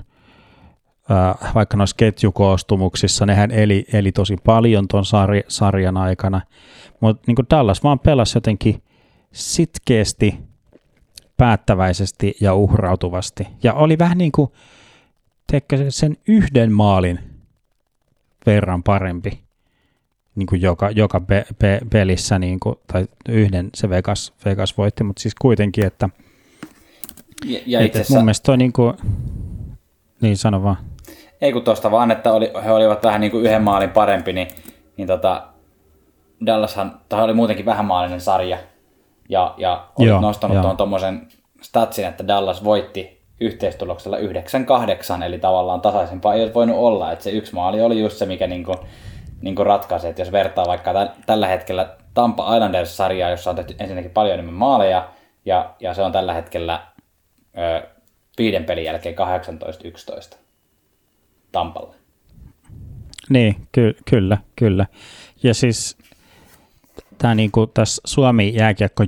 äh, vaikka noissa ketjukoostumuksissa, nehän eli, eli tosi paljon tuon sarj- sarjan aikana, mutta niin kuin Dallas vaan pelasi jotenkin sitkeästi, päättäväisesti ja uhrautuvasti. Ja oli vähän niin kuin, teekö sen yhden maalin verran parempi. Niin kuin joka, joka pe, pe, pelissä, niin kuin, tai yhden se Vegas, Vegas voitti, mutta siis kuitenkin, että ja, ja et, itse et mun mielestä toi niin kuin, niin sano vaan. Ei kun tuosta vaan, että oli, he olivat vähän niin kuin yhden maalin parempi, niin, niin tota, Dallashan, tämä oli muutenkin vähämaalinen sarja, ja, ja olit joo, nostanut joo. tuon tommosen statsin, että Dallas voitti yhteistuloksella yhdeksän kahdeksan, eli tavallaan tasaisempaa ei olisi voinut olla, että se yksi maali oli just se, mikä niin kuin niin kuin ratkaisi, että jos vertaa vaikka tä- tällä hetkellä Tampa Islanders-sarjaa, jossa on tehty ensinnäkin paljon enemmän maaleja, ja, ja se on tällä hetkellä ö, viiden pelin jälkeen kahdeksantoista yksitoista Tampalle. Niin, ky- kyllä, kyllä. Ja siis tämä niinku tässä Suomi jääkiekko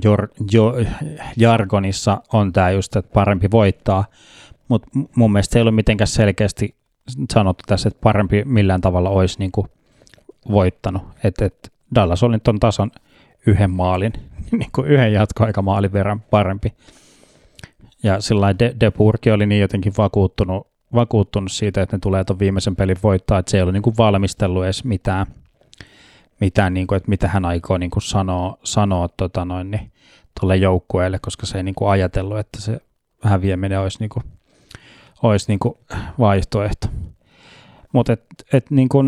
jargonissa on tämä just, että parempi voittaa, mutta mun mielestä ei ole mitenkään selkeästi sanottu tässä, että parempi millään tavalla olisi niinku voittanut, että et Dallas oli tuon tason yhden maalin, niin kuin yhden jatkoaikamaalin verran parempi. Ja sillä De, De Burgh oli niin jotenkin vakuuttunut, vakuuttunut siitä, että ne tulee tuon viimeisen pelin voittaa, että se ei ollut niin kuin valmistellut edes mitään, mitään niin kuin, että mitä hän aikoo niin kuin sanoa, sanoa tota noin, niin, tuolle joukkueelle, koska se ei niin kuin ajatellut, että se häviäminen olisi, niin kuin, olisi niin kuin vaihtoehto. Mutta et, et niin kuin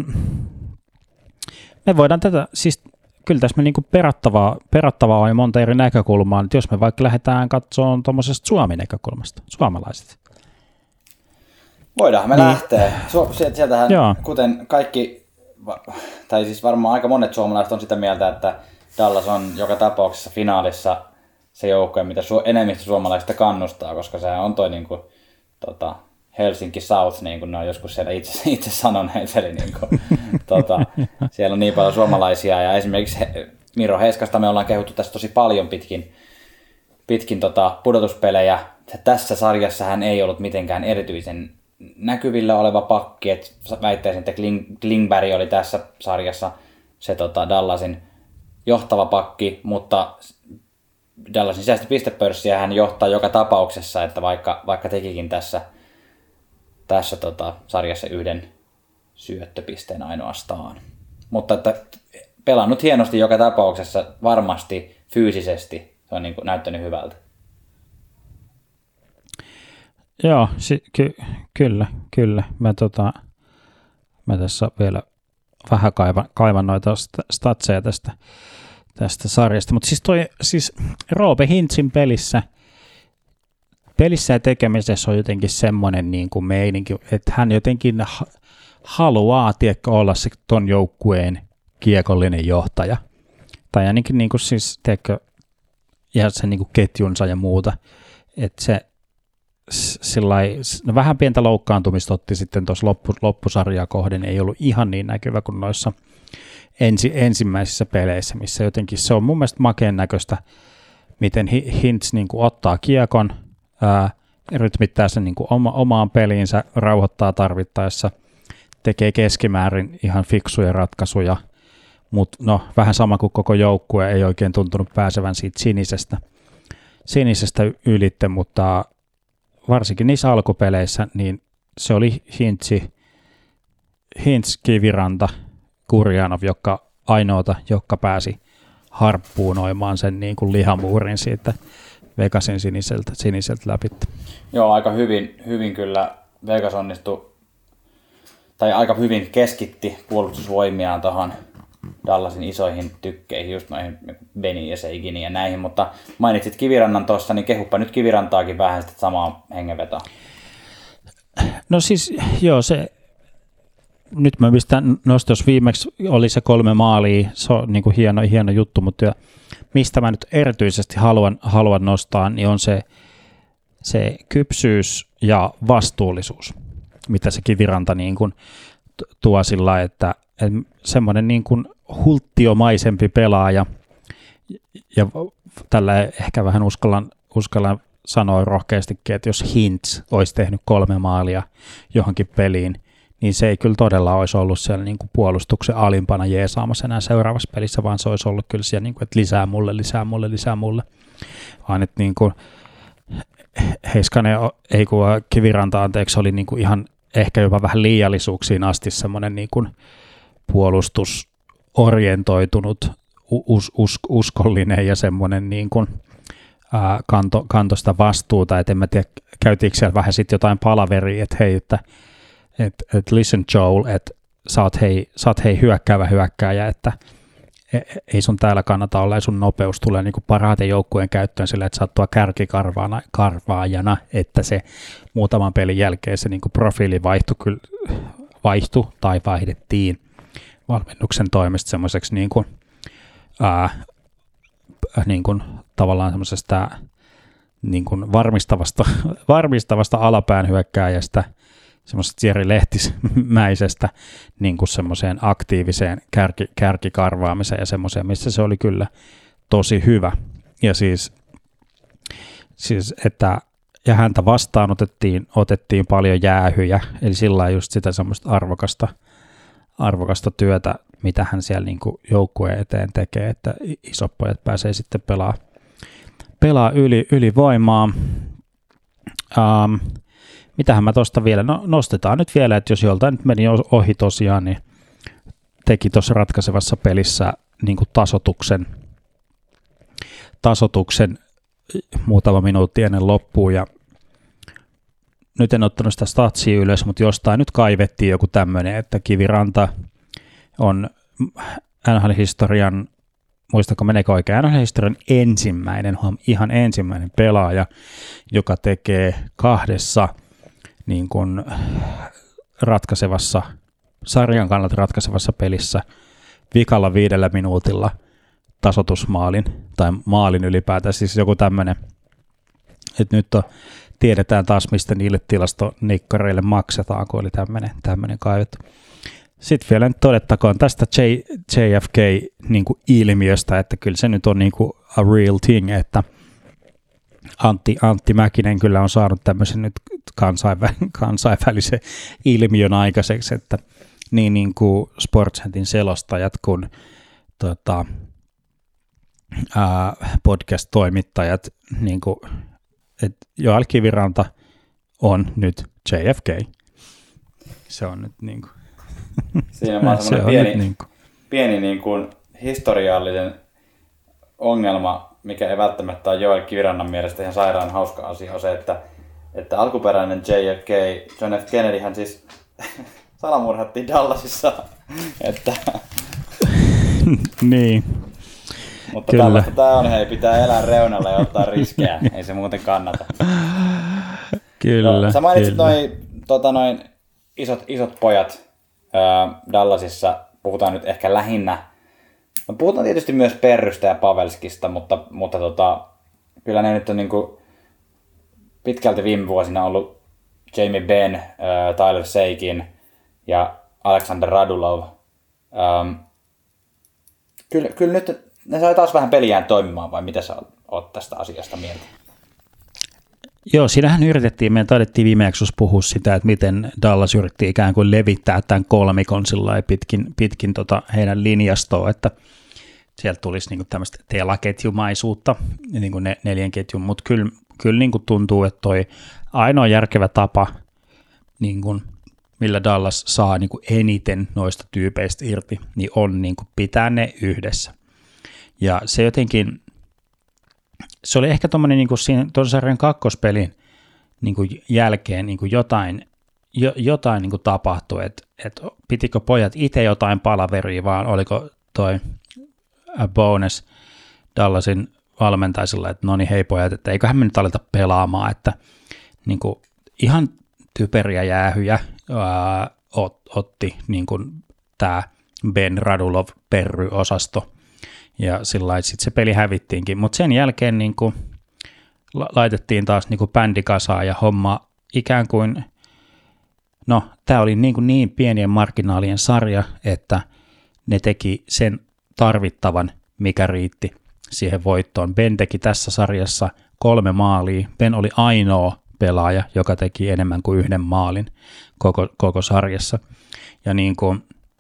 me voidaan tätä, siis kyllä tässä me niinku perattavaa, perattavaa on monta eri näkökulmaa, että jos me vaikka lähdetään katsomaan tuommoisesta Suomi-näkökulmasta, suomalaiset. Voidaan me niin lähteä. Sieltähän, joo. Kuten kaikki, tai siis varmaan aika monet suomalaiset on sitä mieltä, että Dallas on joka tapauksessa finaalissa se joukkue, mitä su- enemmistö suomalaisista kannustaa, koska se on toi niinku, tota, Helsinki South, niin kuin ne on joskus siellä itse, itse sanoneet, eli niin kuin, tota, siellä on niin paljon suomalaisia, ja esimerkiksi he, Miro Heiskasta me ollaan kehuttu tässä tosi paljon pitkin, pitkin tota, pudotuspelejä. Tässä sarjassa hän ei ollut mitenkään erityisen näkyvillä oleva pakki, että väittäisin, että Kling, Klingberg oli tässä sarjassa se tota, Dallasin johtava pakki, mutta Dallasin sisäistä pistepörssiä hän johtaa joka tapauksessa, että vaikka, vaikka tekikin tässä tässä tota, sarjassa yhden syöttöpisteen ainoastaan. Mutta että pelannut hienosti joka tapauksessa varmasti fyysisesti se on niin kuin näyttänyt hyvältä. Joo, si- ky- kyllä, kyllä. Mä, tota, mä tässä vielä vähän kaivan, kaivan noita statseja tästä, tästä sarjasta, mutta siis, toi, siis Roope Hintzin pelissä, pelissä ja tekemisessä on jotenkin semmoinen niin kuin meininki, että hän jotenkin ha- haluaa tiedätkö, olla se ton joukkueen kiekollinen johtaja. Tai ainakin niin kuin siis, tiedätkö, ja sen niin kuin ketjunsa ja muuta. Että se sillai, no vähän pientä loukkaantumista otti sitten tuossa loppu, loppusarjaa kohden, ei ollut ihan niin näkyvä kuin noissa ensi, ensimmäisissä peleissä, missä jotenkin se on mun mielestä makeen näköistä, miten Hintz niin kuin ottaa kiekon, ää, rytmittää sen niin kuin oma, omaan peliinsä, rauhoittaa tarvittaessa, tekee keskimäärin ihan fiksuja ratkaisuja, mutta no vähän sama kuin koko joukkue ei oikein tuntunut pääsevän siitä sinisestä, sinisestä ylitte, mutta varsinkin niissä alkupeleissä, niin se oli Hintzi, Hintz, Kiviranta, Gurianov, joka ainoata, joka pääsi harppuunoimaan sen niin kuin lihamuurin siitä Vegasin siniseltä, siniseltä läpi. Joo, aika hyvin, hyvin kyllä Vegas onnistui, tai aika hyvin keskitti puolustusvoimiaan tuohon Dallasin isoihin tykkeihin, just noihin Beni ja Seiginin ja näihin, mutta mainitsit Kivirannan tuossa, niin kehuppa nyt Kivirantaakin vähän sitä samaa hengenvetoa. No siis, joo, se, nyt mä pistän nostos viimeksi oli se kolme maalia, se on niin kuin hieno, hieno juttu, mutta mistä mä nyt erityisesti haluan, haluan nostaa, niin on se, se kypsyys ja vastuullisuus, mitä se Kiviranta niin kuin tuo sillä, että, että semmoinen niin kuin hulttiomaisempi pelaaja, ja tällä ehkä vähän uskallan, uskallan sanoa rohkeastikin, että jos Hintz olisi tehnyt kolme maalia johonkin peliin, niin se ei kyllä todella olisi ollut siellä niin kuin puolustuksen alimpana jeesaamassa enää seuraavassa pelissä, vaan se olisi ollut kyllä siellä, niin kuin, että lisää mulle, lisää mulle, lisää mulle. Vaan että niin kuin Heiskanen, ei kun Kiviranta, anteeksi, oli niin kuin ihan ehkä jopa vähän liiallisuuksiin asti semmoinen niin kuin puolustusorientoitunut, us, us, uskollinen ja semmoinen niin kuin, ää, kanto, kanto sitä vastuuta, että en mä tiedä, käytiinkö siellä vähän sitten jotain palaveria, että hei, että et, et listen Joel, että sä oot hei, sä oot hei hyökkäävä hyökkääjä, että ei sun täällä kannata olla, ja sun nopeus tulee niin kuin parhaiten joukkueen käyttöön sillä, että sä oot tuo kärkikarvaajana, että se muutaman pelin jälkeen se niin kuin profiili vaihtui, kyllä, vaihtui tai vaihdettiin valmennuksen toimesta semmoiseksi niin kuin, ää, niin kuin tavallaan semmoisesta niin kuin varmistavasta, varmistavasta alapään hyökkääjästä, semmoisesta Jeri Lehtismäisestä niin kuin semmoiseen aktiiviseen kärki, kärkikarvaamiseen ja semmoiseen, missä se oli kyllä tosi hyvä. Ja siis, siis että, ja häntä vastaan otettiin, otettiin paljon jäähyjä, eli sillä lailla just sitä semmoista arvokasta, arvokasta työtä, mitä hän siellä niin kuin joukkueen eteen tekee, että isot pojat pääsee sitten pelaa, pelaa yli, yli voimaa. Um, Mitähän mä tuosta vielä, no nostetaan nyt vielä, että jos joltain nyt meni ohi tosiaan, niin teki tuossa ratkaisevassa pelissä niin kuin tasotuksen, tasotuksen muutama minuutti ennen loppuun, ja nyt en ottanut sitä statsia ylös, mutta jostain nyt kaivettiin joku tämmöinen, että Kiviranta on N H L-historian, muistako meneekö oikein, N H L-historian ensimmäinen, ihan ensimmäinen pelaaja, joka tekee kahdessa niin kuin ratkaisevassa, sarjan kannalta ratkaisevassa pelissä vikalla viidellä minuutilla tasoitusmaalin tai maalin ylipäätään, siis joku tämmöinen, että nyt on, tiedetään taas, mistä niille tilastonikkareille maksetaan, kun oli tämmöinen, tämmöinen kaivettu. Sitten vielä nyt todettakoon tästä J, J F K-ilmiöstä, että kyllä se nyt on niin kuin a real thing, että Antti, Antti Mäkinen kyllä on saanut tämmöisen nyt kansainvä, kansainvälisen ilmiön aikaiseksi, että niin, niin kuin Sportsnetin selostajat kuin tota, ää, podcast-toimittajat, niin kuin, että Joel Kiviranta on nyt J F K. Se on nyt niin kuin siinä on semmoinen pieni, niin kuin pieni niin kuin historiallinen ongelma, mikä ei välttämättä ole Joel Kivirannan mielestä ihan sairaan hauska asia, on se, että, että alkuperäinen J F K, John F. Kennedyhän siis salamurhattiin Dallasissa. että... niin. Mutta kyllä. Tällaista tämä on, hei, pitää elää reunalla ja ottaa riskejä, ei se muuten kannata. Kyllä, no, sä mainitsit kyllä. noin tota, noin isot, isot pojat ää, Dallasissa, puhutaan nyt ehkä lähinnä. No, puhutaan tietysti myös Perrystä ja Pavelskista, mutta, mutta tota, kyllä ne nyt on niin kuin pitkälti viime vuosina ollut Jamie Benn, ää, Tyler Seguin ja Alexander Radulov. Ähm, kyllä, kyllä nyt ne sai taas vähän peliään toimimaan, vai mitä sä oot tästä asiasta mieltä? Joo, siinähän yritettiin, me taidettiin viime jaksossa puhua sitä, että miten Dallas yritti ikään kuin levittää tämän kolmikon sillä pitkin, pitkin tota heidän linjastoa, että sieltä tulisi niinku tämmöistä telaketjumaisuutta, niin kuin ne neljän ketjun, mutta kyllä, kyllä niinku tuntuu, että toi ainoa järkevä tapa, niinku, millä Dallas saa niinku eniten noista tyypeistä irti, niin on niinku pitää ne yhdessä. Ja se jotenkin, se oli ehkä tuommoinen niin siinä tuon sarjan kakkospelin niin kuin jälkeen niin kuin jotain, jo, jotain niin kuin tapahtui, että et pitikö pojat itse jotain palaveria, vaan oliko toi bonus Dallasin valmentaisilla, että no niin hei pojat, että eiköhän me nyt aleta pelaamaan, että niin kuin ihan typeriä jäähyjä ää, ot, otti niin kuin tämä Ben Radulov Perry-osasto. Ja sillä lailla sitten se peli hävittiinkin, mutta sen jälkeen niin kuin laitettiin taas niin kuin bändi kasaan ja homma ikään kuin, no tämä oli niin, kuin niin pienien marginaalien sarja, että ne teki sen tarvittavan, mikä riitti siihen voittoon. Ben teki tässä sarjassa kolme maalia, Ben oli ainoa pelaaja, joka teki enemmän kuin yhden maalin koko, koko sarjassa. Ja niin kuin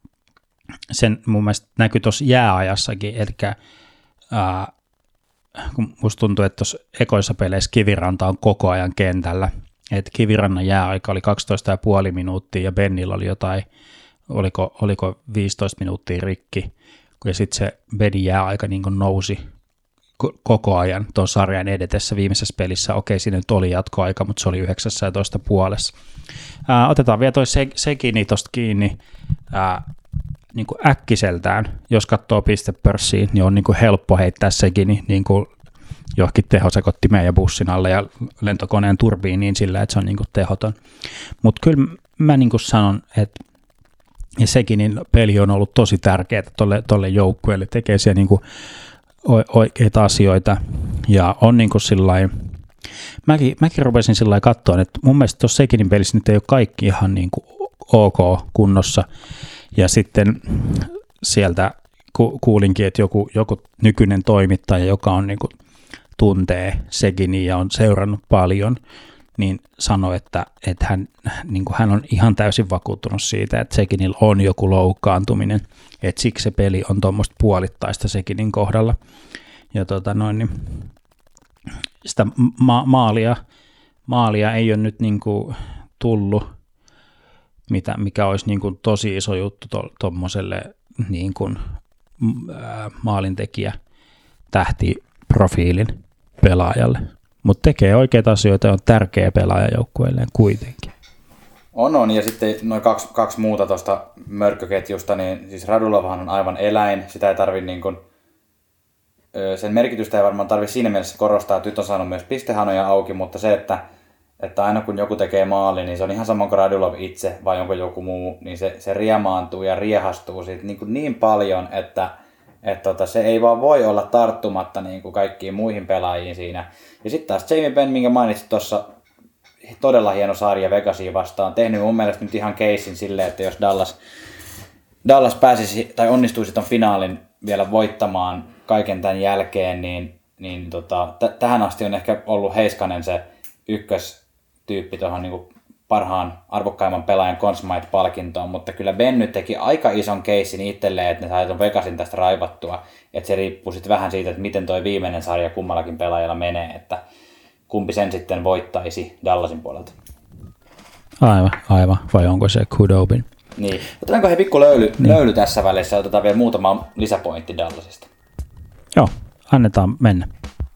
sen mun mielestä näkyi tuossa jääajassakin, eli ää, kun musta tuntuu, että tuossa ekoissa peleissä Kiviranta on koko ajan kentällä, että Kivirannan jääaika oli kaksitoista pilkku viisi minuuttia ja Bennillä oli jotain, oliko, oliko viisitoista minuuttia rikki, ja sitten se Benin jääaika niin kuin nousi koko ajan tuon sarjan edetessä viimeisessä pelissä. Okei, siinä nyt oli jatkoaika, mutta se oli yhdeksäntoista puolessa. Ää, otetaan vielä toi se, Segini tuosta kiinni. Ää, niin kuin äkkiseltään, jos katsoo pistepörssiin, niin on niin kuin helppo heittää sekin niin kuin johonkin tehosekottimeen ja bussin alle ja lentokoneen turbiiniin sillä, että se on niin kuin tehoton. Mutta kyllä mä niin kuin sanon, että ja sekin niin peli on ollut tosi tärkeää tolle, tolle joukkueelle, tekee siellä niin kuin oikeita asioita ja on niin kuin sillain, mäkin, mäkin rupesin sillä katsoa, että mun mielestä tuossa Sekinin pelissä nyt ei ole kaikki ihan niin kuin ok kunnossa. Ja sitten sieltä ku, kuulinkin, että joku, joku nykyinen toimittaja, joka on niin kuin, tuntee Seginin ja on seurannut paljon, niin sanoi, että, että hän, niin kuin, hän on ihan täysin vakuuttunut siitä, että Seginillä on joku loukkaantuminen, että siksi se peli on tuommoista puolittaista Seginin kohdalla. Ja tota noin, niin sitä ma- maalia, maalia ei ole nyt niin kuin, tullut, Mitä, mikä olisi niin kuin tosi iso juttu tuommoiselle to, niin kuin, ää, maalintekijä tähtiprofiilin pelaajalle. Mutta tekee oikeita asioita ja on tärkeä pelaaja joukkueelleen kuitenkin. On, on. Ja sitten noin kaksi, kaksi muuta tuosta mörkköketjusta, niin siis Radulovhan on aivan eläin. Sitä ei tarvi niin kuin, sen merkitystä ei varmaan tarvitse siinä mielessä korostaa, että nyt on saanut myös pistehanoja auki, mutta se, että että aina kun joku tekee maali, niin se on ihan sama kuin Radulov itse vai onko joku muu, niin se, se riemaantuu ja riehastuu siitä niin, kuin niin paljon, että et tota, se ei vaan voi olla tarttumatta niin kuin kaikkiin muihin pelaajiin siinä. Ja sitten taas Jamie Benn, minkä mainitsit tuossa, todella hieno sarja Vegasiin vastaan, tehnyt mun mielestä nyt ihan keissin silleen, että jos Dallas, Dallas pääsisi tai onnistuisi ton finaalin vielä voittamaan kaiken tämän jälkeen, niin, niin tota, t- tähän asti on ehkä ollut Heiskanen se ykkös tyyppi tuohon niin parhaan arvokkaimman pelaajan Conn Smythe-palkintoon, mutta kyllä Ben nyt teki aika ison keissin itselleen, että ne sai ton Vegasin tästä raivattua, että se riippuu sitten vähän siitä, että miten toi viimeinen sarja kummallakin pelaajalla menee, että kumpi sen sitten voittaisi Dallasin puolelta. Aivan, aivan. Vai onko se Khudobin? Niin. Otetaanko he pikku löyly, niin. löyly tässä välissä, otetaan vielä muutama lisäpointti Dallasista. Joo, annetaan mennä.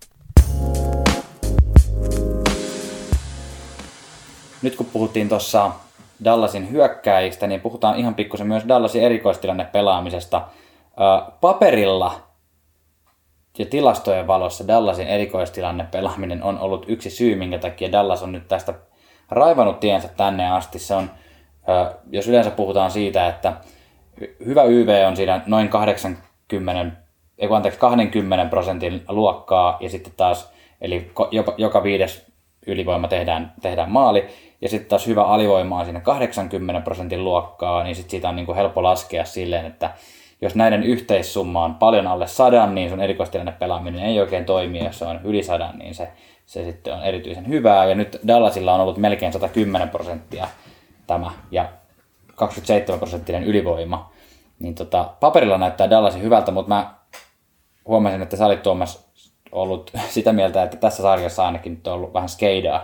Nyt kun puhuttiin tuossa Dallasin hyökkääjistä, niin puhutaan ihan pikkusen myös Dallasin erikoistilanne pelaamisesta. Paperilla ja tilastojen valossa Dallasin erikoistilanne pelaaminen on ollut yksi syy, minkä takia Dallas on nyt tästä raivannut tiensä tänne asti. Se on, jos yleensä puhutaan siitä, että hyvä Y V on siinä noin kahdeksankymmentä, ei anteeksi, kaksikymmentä prosentin luokkaa, ja sitten taas, eli joka, joka viides ylivoima tehdään, tehdään maali, ja sitten taas hyvä alivoima on siinä kahdeksankymmentä prosentin luokkaa, niin sitten siitä on niin kuin helppo laskea silleen, että jos näiden yhteissumma on paljon alle sadan, niin sun erikoistilanne pelaaminen ei oikein toimi, jos se on yli sadan, niin se, se sitten on erityisen hyvää, ja nyt Dallasilla on ollut melkein sata kymmenen prosenttia tämä, ja kaksikymmentäseitsemän prosenttinen ylivoima, niin tota, paperilla näyttää Dallasin hyvältä, mutta mä huomasin, että sä olit Tuomas ollut sitä mieltä, että tässä sarjassa ainakin nyt on ollut vähän skeidaa.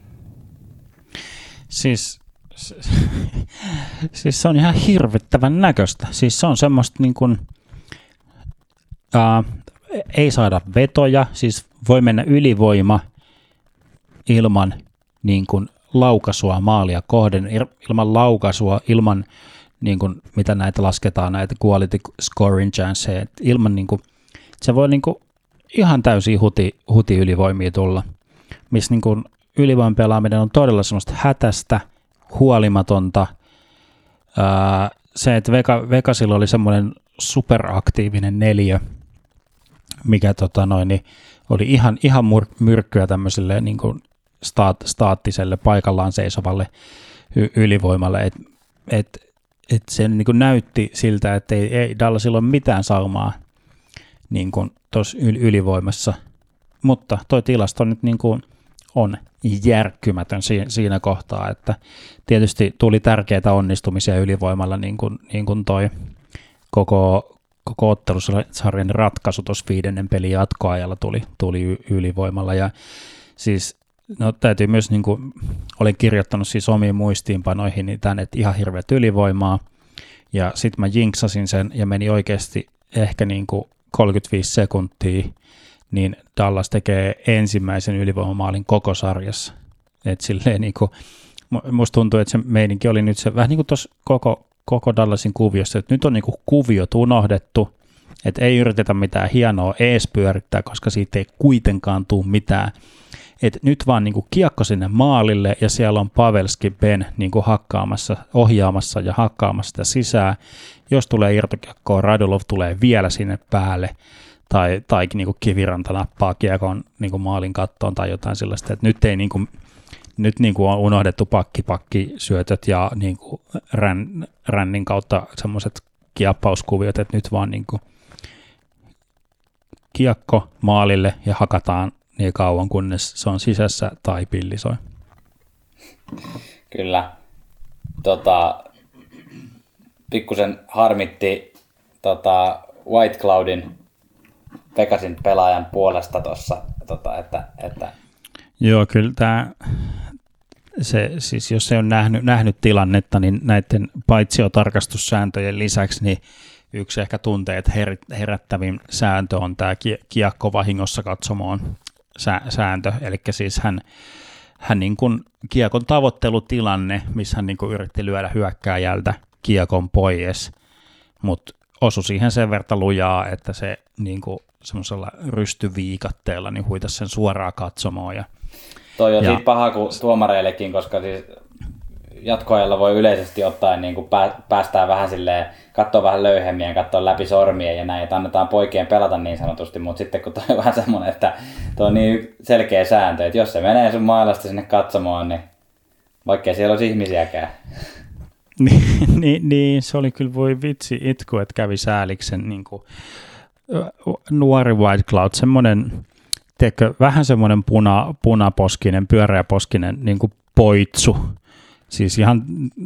Siis, siis se on ihan hirvittävän näköistä. Siis se on semmoista niin kuin, ää, ei saada vetoja, siis voi mennä ylivoima ilman niin kuin laukaisua maalia kohden, ilman laukaisua, ilman niin kuin, mitä näitä lasketaan, näitä quality scoring chanceja, ilman niin kuin, se voi niin kuin, ihan täysin huti, huti ylivoimia tulla, missä niin kuin, ylivoiman pelaaminen on todella semmoista hätästä, huolimatonta. Ää, se, että Vega, Vegasilla oli semmoinen superaktiivinen neliö, mikä tota noin, niin oli ihan, ihan mur- myrkkyä tämmöiselle niin kuin staat, staattiselle paikallaan seisovalle y- ylivoimalle, että et, et se niin kuin näytti siltä, että ei, ei Dallasilla ole mitään saumaa niin kuin tuossa yl- ylivoimassa, mutta toi tilasto nyt niin kuin on järkkymätön si- siinä kohtaa, että tietysti tuli tärkeitä onnistumisia ylivoimalla, niin kuin, niin kuin toi koko, koko ottelusarjan ratkaisu tuossa viidennen pelin jatkoajalla tuli, tuli y- ylivoimalla, ja siis no täytyy myös, niin kuin olen kirjoittanut siis omiin muistiinpanoihin, niin tänne, että ihan hirveät ylivoimaa, ja sitten mä jinksasin sen, ja meni oikeasti ehkä niin kuin kolmekymmentäviisi sekuntia, niin Dallas tekee ensimmäisen ylivoimamaalin koko sarjassa. Et silleen niin kuin, musta tuntuu, että se meininki oli nyt se vähän niin kuin tuossa koko, koko Dallasin kuviossa, että nyt on niin kuin kuviot unohdettu, että ei yritetä mitään hienoa ees pyörittää, koska siitä ei kuitenkaan tule mitään. Et nyt vaan niin kuin kiekko sinne maalille, ja siellä on Pavelski Ben niin kuin hakkaamassa, ohjaamassa ja hakkaamassa sitä sisään. Jos tulee irtokiekkoa, Radulov tulee vielä sinne päälle, tai, tai niin kuin Kiviranta nappaa kiekon niin kuin maalin kattoon tai jotain sellaista. Et nyt ei niin kuin, nyt niin kuin on unohdettu pakki-pakki-syötöt ja niin kuin rän, rännin kautta semmoiset kiappauskuviot, että nyt vaan niin kuin kiekko maalille ja hakataan niin kauan, kunnes se on sisässä tai pilli soi. Kyllä. Tota, pikkusen harmitti tota, White Cloudin Vegasin pelaajan puolesta tuossa, tota, että, että... Joo, kyllä tämä, se, siis jos se on nähnyt, nähnyt tilannetta, niin näiden paitsiotarkastussääntöjen lisäksi, niin yksi ehkä tunteet herättävin sääntö on tämä kiekko vahingossa katsomoon sääntö, eli siis hän, hän niin kuin kiekon tavoittelutilanne, missä hän niin kuin yritti lyödä hyökkääjältä kiekon pois, mutta osui siihen sen verran lujaa, että se niin kuin semmoisella rystyviikatteella niin huitasi sen suoraan katsomoon. Ja, toi on ja, siitä paha kuin tuomareillekin, koska siis jatkoajalla voi yleisesti ottaen niin kuin päästään vähän silleen, katsoa vähän löyhemmin ja katsoa läpi sormien ja näin, että annetaan poikien pelata niin sanotusti, mutta sitten kun toi on vähän semmoinen, että toi on niin selkeä sääntö, että jos se menee sun mailasta sinne katsomaan, niin vaikkei siellä olisi ihmisiäkään. niin, niin, niin, se oli kyllä voi vitsi itku, että kävi sääliksen niin kuin nuori White Cloud, semmoinen, tiedätkö, vähän semmoinen puna, punaposkinen, pyöreäposkinen niin kuin poitsu. Siis ihan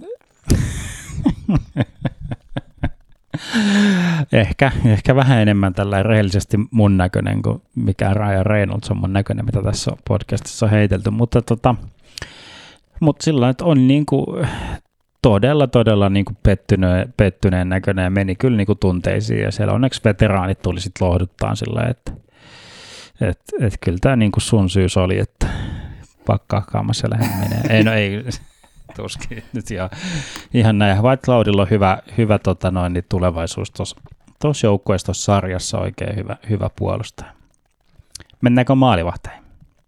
ehkä, ehkä vähän enemmän tällainen rehellisesti mun näköinen kuin mikään Ryan Reynolds on mun näköinen, mitä tässä podcastissa on heitelty, mutta tota, mutta sillä että on niinku todella, todella niinku pettyneen, pettyneen näköinen ja meni kyllä niinku tunteisiin ja siellä onneksi veteraanit tuli sitten lohduttaan sillä että Et, et kyllä tämä niinku sun syys oli, että pakkaa kaamassa lähden menee. Ei, no ei, tuskin nyt ihan, ihan näin. White Cloudilla on hyvä, hyvä tota noin, niin tulevaisuus tuossa joukkueessa, tuossa sarjassa oikein hyvä, hyvä puolustaja. Mennäänkö maalivahteihin?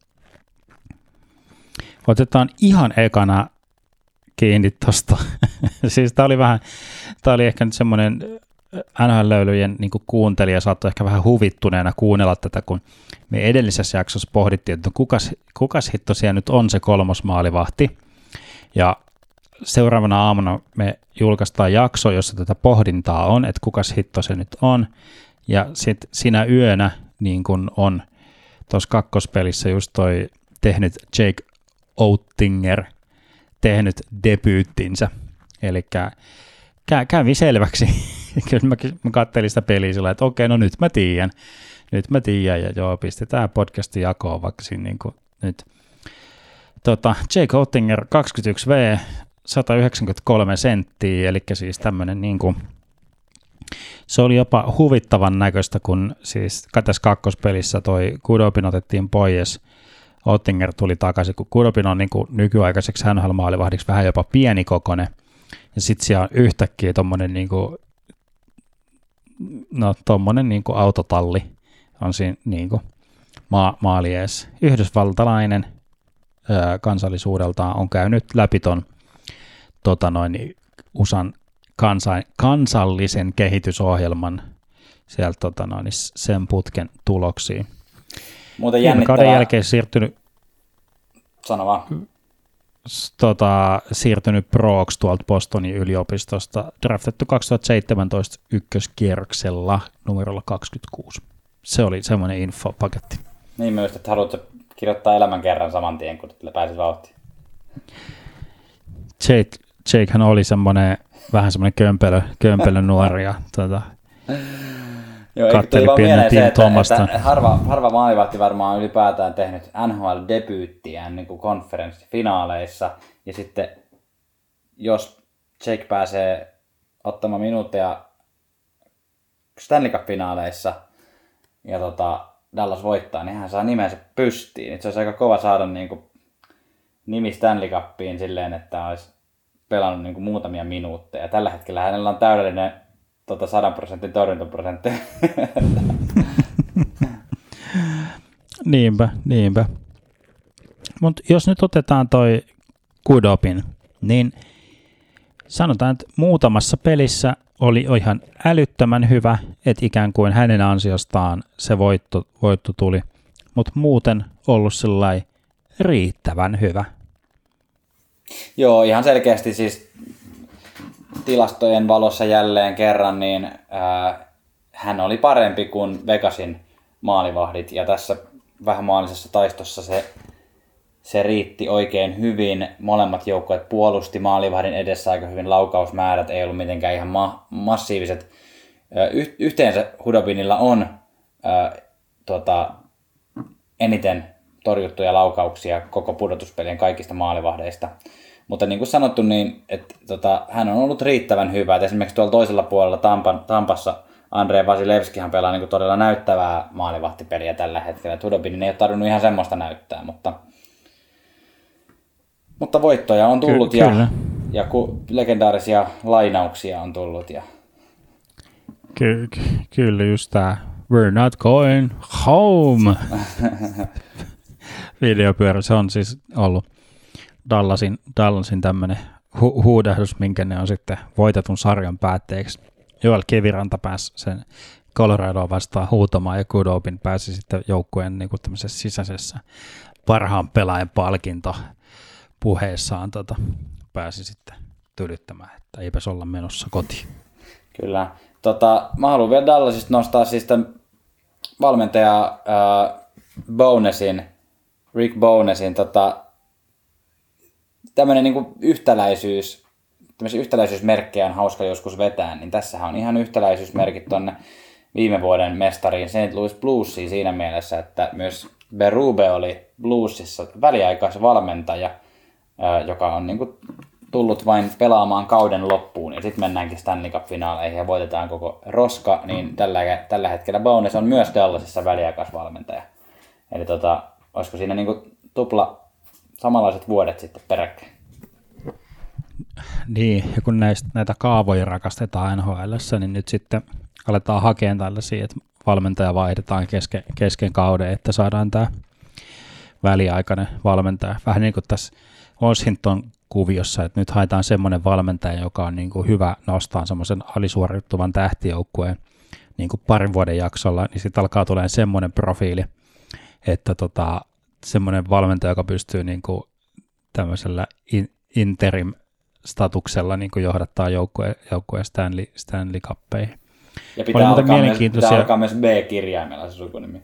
Otetaan ihan ekana kiinni tuosta. Siis tämä oli vähän, tämä oli ehkä nyt semmoinen N H L-löylyjen niin kuuntelija saattoi ehkä vähän huvittuneena kuunnella tätä, kun me edellisessä jaksossa pohdittiin, että kukas, kukas hitto siellä nyt on se kolmos maalivahti. Ja seuraavana aamuna me julkaistaan jakso, jossa tätä pohdintaa on, että kukas hitto se nyt on. Ja sitten siinä yönä niin kun on tuossa kakkospelissä just toi tehnyt Jake Oettinger tehnyt debyyttinsä. Eli kävi selväksi. Kyllä mä, mä kattelin sitä peliä sillä, että okei, no nyt mä tiedän. Nyt mä tiedän ja joo, pistetään podcastin jakoon vaikka siinä niin kuin nyt. Tota, Jake Oettinger kaksikymmentäyksi vuotta, sata yhdeksänkymmentäkolme senttiä, eli siis tämmöinen niin kuin, se oli jopa huvittavan näköistä, kun siis tässä kakkospelissä toi Kudobin otettiin pois, Oettinger tuli takaisin, kun Kudobin on niin kuin nykyaikaiseksi N H L-maalivahdiksi vähän jopa pienikokoinen, ja sitten siellä on yhtäkkiä tommonen niin kuin, no tommonen niin kuin autotalli on siinä niin kuin ma- maali ees. Yhdysvaltalainen öö, kansallisuudeltaan on käynyt läpi ton tota noin, U S A:n kansa- kansallisen kehitysohjelman sieltä tota noin, sen putken tuloksiin. Muuten jännittävää. Kauden jälkeen siirtynyt, Sano vaan. Tota, siirtynyt proksi tuolta Bostonin yliopistosta, draftettu kaksituhattaseitsemäntoista ykköskierroksella numerolla kaksikymmentäkuusi. Se oli semmoinen infopaketti. Niin myös, että haluatko kirjoittaa elämän kerran saman tien, kun pääsit vauhtiin. Jake, Jakehän oli semmoinen, vähän semmoinen kömpelö, kömpelö nuori ja tuota, Joo, katteli pienen Tim Thomasta. Että harva, harva maalivahti varmaan ylipäätään tehnyt N H L-debyyttiään niin kuin konferenssifinaaleissa. Ja sitten jos Jake pääsee ottamaan minuutteja Stanley Cup-finaaleissa ja tota, Dallas voittaa, niin hän saa nimensä pystiin. Et se olisi aika kova saada niin kuin nimi Stanley Cupiin silleen, että olisi pelannut niin kuin muutamia minuutteja. Tällä hetkellä hänellä on täydellinen tota, sata prosentin torjuntaprosentti. Niinpä, niinpä. Mutta jos nyt otetaan toi Kudobin, niin sanotaan, että muutamassa pelissä oli ihan älyttömän hyvä, että ikään kuin hänen ansiostaan se voitto, voitto tuli, mutta muuten ollut sellainen riittävän hyvä. Joo, ihan selkeästi siis tilastojen valossa jälleen kerran, niin ää, hän oli parempi kuin Vegasin maalivahdit, ja tässä vähämaallisessa taistossa se, se riitti oikein hyvin. Molemmat joukkueet puolusti maalivahdin edessä aika hyvin, laukausmäärät ei ollut mitenkään ihan ma- massiiviset. Y- yhteensä Hudobinilla on ää, tota, eniten torjuttuja laukauksia koko pudotuspelien kaikista maalivahdeista. Mutta niin kuin sanottu, niin, että, tota, hän on ollut riittävän hyvä. Et esimerkiksi tuolla toisella puolella Tampan, Tampassa Andrei Vasilevskihan pelaa niin kuin todella näyttävää maalivahtipeliä tällä hetkellä. Hudobinin ei ole tarvinnut ihan semmoista näyttää, mutta, mutta voittoja on tullut Ky- ja, ja ku, legendaarisia lainauksia on tullut. Ja... Ky- ky- kyllä just tämä We're not going home videopyörä, se on siis ollut Dallasin, Dallasin tämmöinen hu- huudahdus, minkä ne on sitten voitetun sarjan päätteeksi. Joel Kiviranta pääsi sen Coloradoa vastaan huutamaan ja Kudobin pääsi sitten joukkueen niin kuin tämmöisessä sisäisessä parhaan pelaajan palkinto puheessaan tota, pääsi sitten tylyttämään, että eipäs olla menossa kotiin. Kyllä. Tota, mä haluan vielä Dallasista nostaa siis tämän valmentaja äh, Bonesin, Rick Bonesin, tota, tämmöinen niinku yhtäläisyys, tämmöisiä yhtäläisyysmerkkejä on hauska joskus vetää, niin tässähän on ihan yhtäläisyysmerkit tonne viime vuoden mestariin Saint Louis Bluesiin siinä mielessä, että myös Berube oli Bluesissa väliaikaisvalmentaja, joka on niinku tullut vain pelaamaan kauden loppuun ja sitten mennäänkin Stanley Cup-finaaleihin ja voitetaan koko roska, niin tällä, tällä hetkellä Bones on myös Dallasissa väliaikaisvalmentaja. Eli tota, olisiko siinä niinku tupla samanlaiset vuodet sitten peräkkäin? Niin, ja kun näistä, näitä kaavoja rakastetaan N H L:ssä, niin nyt sitten aletaan hakemaan tällaisia, että valmentaja vaihdetaan kesken, kesken kauden, että saadaan tämä väliaikainen valmentaja. Vähän niin kuin tässä Washington kuviossa, että nyt haetaan semmoinen valmentaja, joka on niin kuin hyvä nostaa semmoisen alisuoriuttavan tähtijoukkueen niin kuin parin vuoden jaksolla, niin sitten alkaa tulemaan semmoinen profiili, että tota, semmoinen valmentaja, joka pystyy niin kuin tämmöisellä in, interim-statuksella niin kuin johdattaa joukkueen, joukkueen Stanley, Stanley Cuppeihin. Ja pitää alkaa, myös, pitää alkaa myös B-kirjaimella se sukunimi.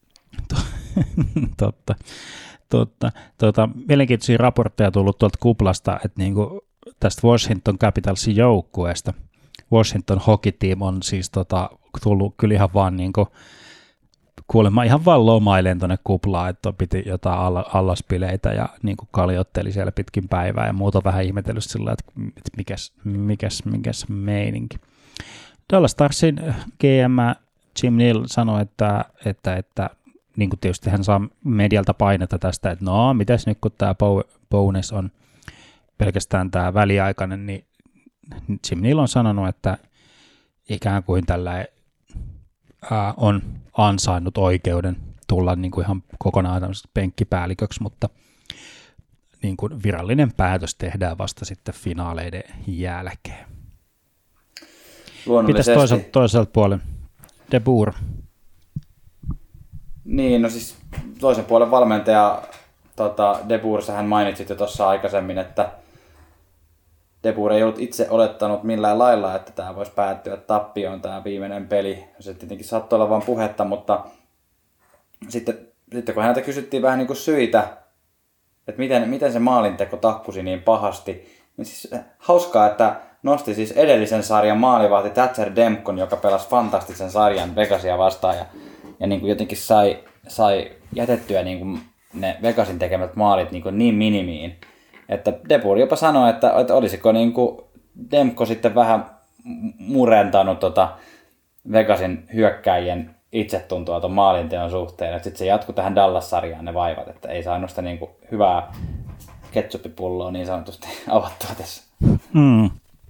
Totta. Totta. Tuota, mielenkiintoisia raportteja tullut tuolta kuplasta, että niinku tästä Washington Capitalsin joukkueesta. Washington Hockey Team on siis tota, tullut kyllä ihan vaan niinku, kuulemma ihan vaan lomailen tuonne kuplaan, että piti jotain allaspileitä ja niinku kaljotteli siellä pitkin päivää ja muuta vähän ihmetellyt sillä, että mikäs, mikäs, mikäs meininki. Dallas Starsin G M Jim Nill sanoi, että, että, että niin kuin tietysti hän saa medialta painetta tästä, että no, mitäs nyt kun tämä bonus on pelkästään tämä väliaikainen, niin Jim Nill on sanonut, että ikään kuin tällä ää, on ansainnut oikeuden tulla niin kuin ihan kokonaan penkkipäälliköksi, mutta niin kuin virallinen päätös tehdään vasta sitten finaaleiden jälkeen. Mitäs toiselta, toiselta puolen? De Boer. Niin, no siis toisen puolen valmentaja tota, De Boer, sähän mainitsit jo tuossa aikaisemmin, että De Boer ei ollut itse olettanut millään lailla, että tämä voisi päättyä tappioon tämä viimeinen peli. Se tietenkin saattoi olla vain puhetta, mutta sitten, sitten kun häneltä kysyttiin vähän niin kuin syitä, että miten, miten se maalinteko takkusi niin pahasti, niin siis hauskaa, että nosti siis edellisen sarjan maalivahti Thatcher Demkon, joka pelasi fantastisen sarjan Vegasia vastaan ja, ja niin kuin jotenkin sai, sai jätettyä niin kuin ne Vegasin tekemät maalit niin, kuin niin minimiin, että De Boer jopa sanoi, että, että olisiko niin kuin Demko sitten vähän murentanut tota Vegasin hyökkäjien itsetuntoa tuon maalinteon suhteen, että sitten se jatkui tähän Dallas-sarjaan ne vaivat, että ei saanut sitä niin kuin hyvää ketsuppipulloa niin sanotusti avattua tässä. Mm.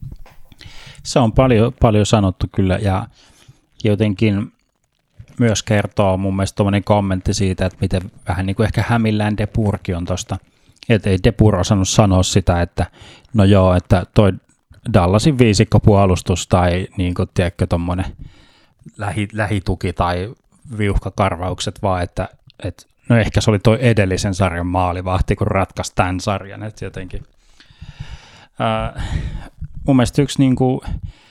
Se on paljon, paljon sanottu kyllä, ja jotenkin myös kertoo mun mielestä tuommoinen kommentti siitä, että miten vähän niin kuin ehkä hämillään De Boerkin on tuosta, että ei De Boer osannut sanoa sitä, että no joo, että toi Dallasin viisikkopuolustus tai niin kuin tiedätkö tuommoinen lähi, lähituki tai viuhkakarvaukset, vaan että, että no ehkä se oli toi edellisen sarjan maalivahti, kun ratkaisi tämän sarjan, että jotenkin Uh, mun mielestä yksi niin kuin,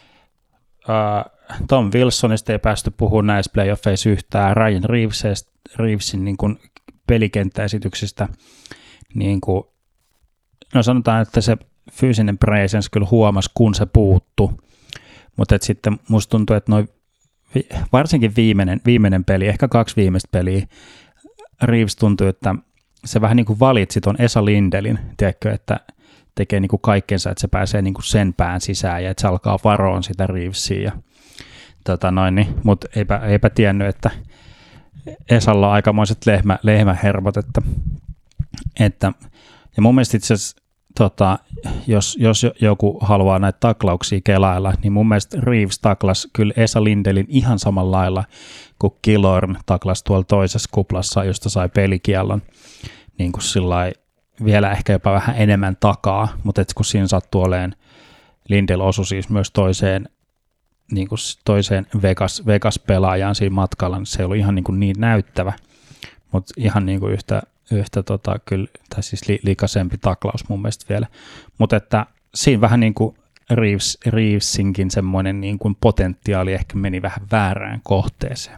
uh, Tom Wilsonista ei päästy puhumaan näissä playoffeissa yhtään, Ryan Reevesin niin kuin pelikenttäesityksistä, niin kuin, no sanotaan, että se fyysinen presence kyllä huomasi, kun se puuttu, mutta et sitten musta tuntuu, että noi, varsinkin viimeinen, viimeinen peli, ehkä kaksi viimeistä peliä, Reeves tuntui, että se vähän niin kuin valitsi ton Esa Lindelin, tiedätkö, että tekee niin kuin kaikkensa, että se pääsee niin kuin sen pään sisään ja että se alkaa varoon sitä Reevesia. Ja, tota noin, niin, mutta eipä, eipä tiennyt, että Esalla on aikamoiset lehmä, lehmähermot. Että, että, ja mun mielestä itse asiassa, tota, jos, jos joku haluaa näitä taklauksia kelailla, niin mun mielestä Reeves taklasi kyllä Esa Lindelin ihan samalla lailla kuin Killorn taklasi tuolla toisessa kuplassa, josta sai pelikiellon niin kuin sillai vielä ehkä jopa vähän enemmän takaa, mutta et kun siinä sattuu olemaan, Lindell osui siis myös toiseen, niin kuin toiseen Vegas, Vegas-pelaajaan siinä matkalla, niin se ei ollut ihan niin, kuin niin näyttävä, mutta ihan niin kuin yhtä, yhtä tota, kyllä, tai siis li, likaisempi taklaus mun mielestä vielä, mutta että siinä vähän niin kuin Reeves, Reevesinkin semmoinen niin kuin potentiaali ehkä meni vähän väärään kohteeseen.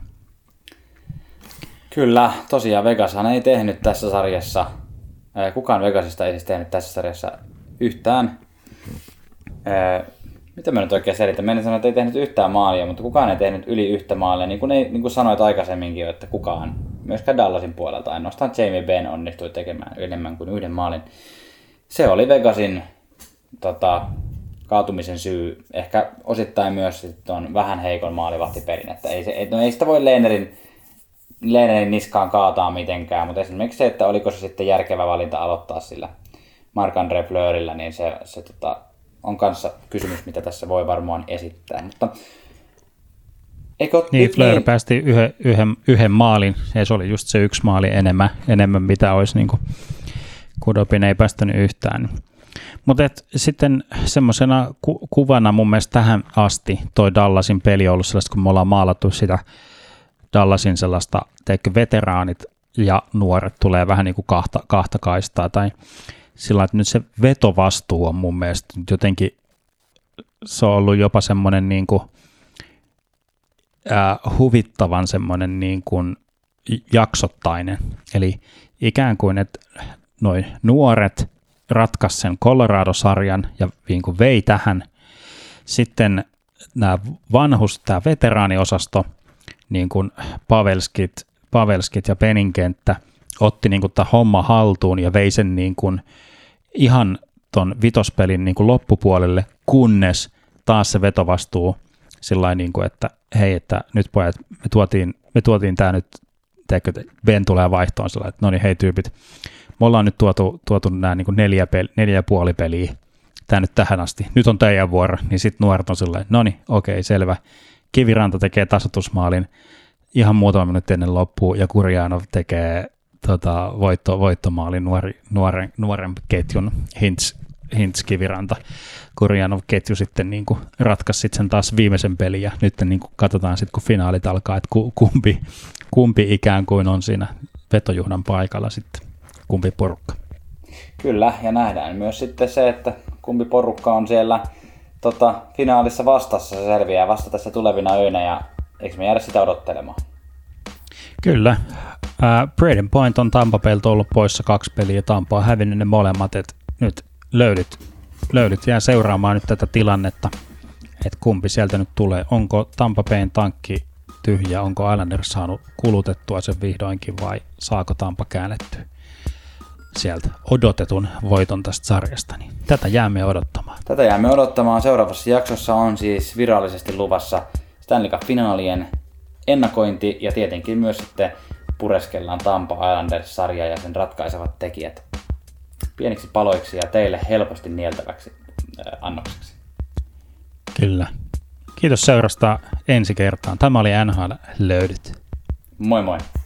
Kyllä, tosiaan Vegashan ei tehnyt tässä sarjassa, kukaan Vegasista ei siis tehnyt tässä sarjassa yhtään, ää, mitä mä nyt oikein selitän, mä en sano, että ei tehnyt yhtään maalia, mutta kukaan ei tehnyt yli yhtä maalia, niin kuin, ei, niin kuin sanoit aikaisemminkin, että kukaan, myöskään Dallasin puolelta, ainoastaan Jamie Benn onnistui tekemään enemmän kuin yhden maalin. Se oli Vegasin tota, kaatumisen syy, ehkä osittain myös on vähän heikon maalivahtipelin, että ei, se, ei, no ei sitä voi Lehnerin Lehnerin niskaan kaataa mitenkään, mutta esimerkiksi se, että oliko se sitten järkevä valinta aloittaa sillä Marc-André Fleurillä, niin se, se tota, on kanssa kysymys, mitä tässä voi varmaan esittää. Mutta niin, Fleur niin... päästi yhden, yhden, yhden maalin, ja se oli just se yksi maali enemmän, enemmän mitä olisi, niin kuin Khudobin ei päästänyt yhtään. Mutta sitten semmoisena ku- kuvana mun mielestä tähän asti toi Dallasin peli on ollut sellaista, kun me ollaan maalattu sitä Dallasin sellaista, teikö veteraanit ja nuoret tulee vähän niin kuin kahta, kahta kaistaa, tai sillä että nyt se vetovastuu on mun mielestä jotenkin, se on ollut jopa semmoinen niin kuin Äh, huvittavan semmoinen niin kuin jaksottainen. Eli ikään kuin, että noin nuoret ratkaisi sen Colorado-sarjan ja niin kuin vei tähän. Sitten nämä vanhus, tämä veteraaniosasto, niin kuin Pavelskit, Pavelskit ja Peninkenttä, otti niin kuin tämä homma haltuun ja vei sen niin kuin ihan ton vitospelin niin kuin loppupuolelle, kunnes taas se vetovastuu sillain niin kuin, että hei, että nyt pojat, me tuotiin, me tuotiin tämä nyt, teekö, Ben tulee vaihtoon sillä, että no niin, hei tyypit, me ollaan nyt tuotu, tuotu nämä niin kuin neljä, peli, neljä ja puoli peliä, tämä nyt tähän asti, nyt on teidän vuoro, niin sitten nuoret on sillä, no niin, okei, selvä, Kiviranta tekee tasoitusmaalin ihan muutama minuutti ennen loppua, ja Gurianov tekee tota, voitto, voittomaalin nuori, nuoren, nuoren ketjun Hintz, Hintz Kiviranta. Gurianov-ketju sitten niin kuin ratkaisi sit sen taas viimeisen pelin, ja nyt niin kuin katsotaan sitten, kun finaalit alkaa, että kumpi, kumpi ikään kuin on siinä vetojuhdan paikalla sitten, kumpi porukka. Kyllä, ja nähdään myös sitten se, että kumpi porukka on siellä tota, finaalissa vastassa, se selviää vasta tässä tulevina öinä, ja eikö me jäädä sitä odottelemaan? Kyllä. Uh, Braden Point on Tampa Baylta ollut poissa kaksi peliä, ja Tampa on hävinnyt ne molemmat, että nyt löydyt, löydyt jää seuraamaan nyt tätä tilannetta, että kumpi sieltä nyt tulee. Onko Tampa Bayn tankki tyhjä, onko Islanders saanut kulutettua sen vihdoinkin vai saako Tampa käännettyä sieltä odotetun voiton tästä sarjasta, niin tätä jäämme odottamaan. Tätä jäämme odottamaan. Seuraavassa jaksossa on siis virallisesti luvassa Stanley Cup-finaalien ennakointi ja tietenkin myös sitten pureskellaan Tampa Islanders-sarja ja sen ratkaisevat tekijät pieniksi paloiksi ja teille helposti nieltäväksi äh, annokseksi. Kyllä. Kiitos seurasta ensi kertaan. Tämä oli N H L Löydyt. Moi moi.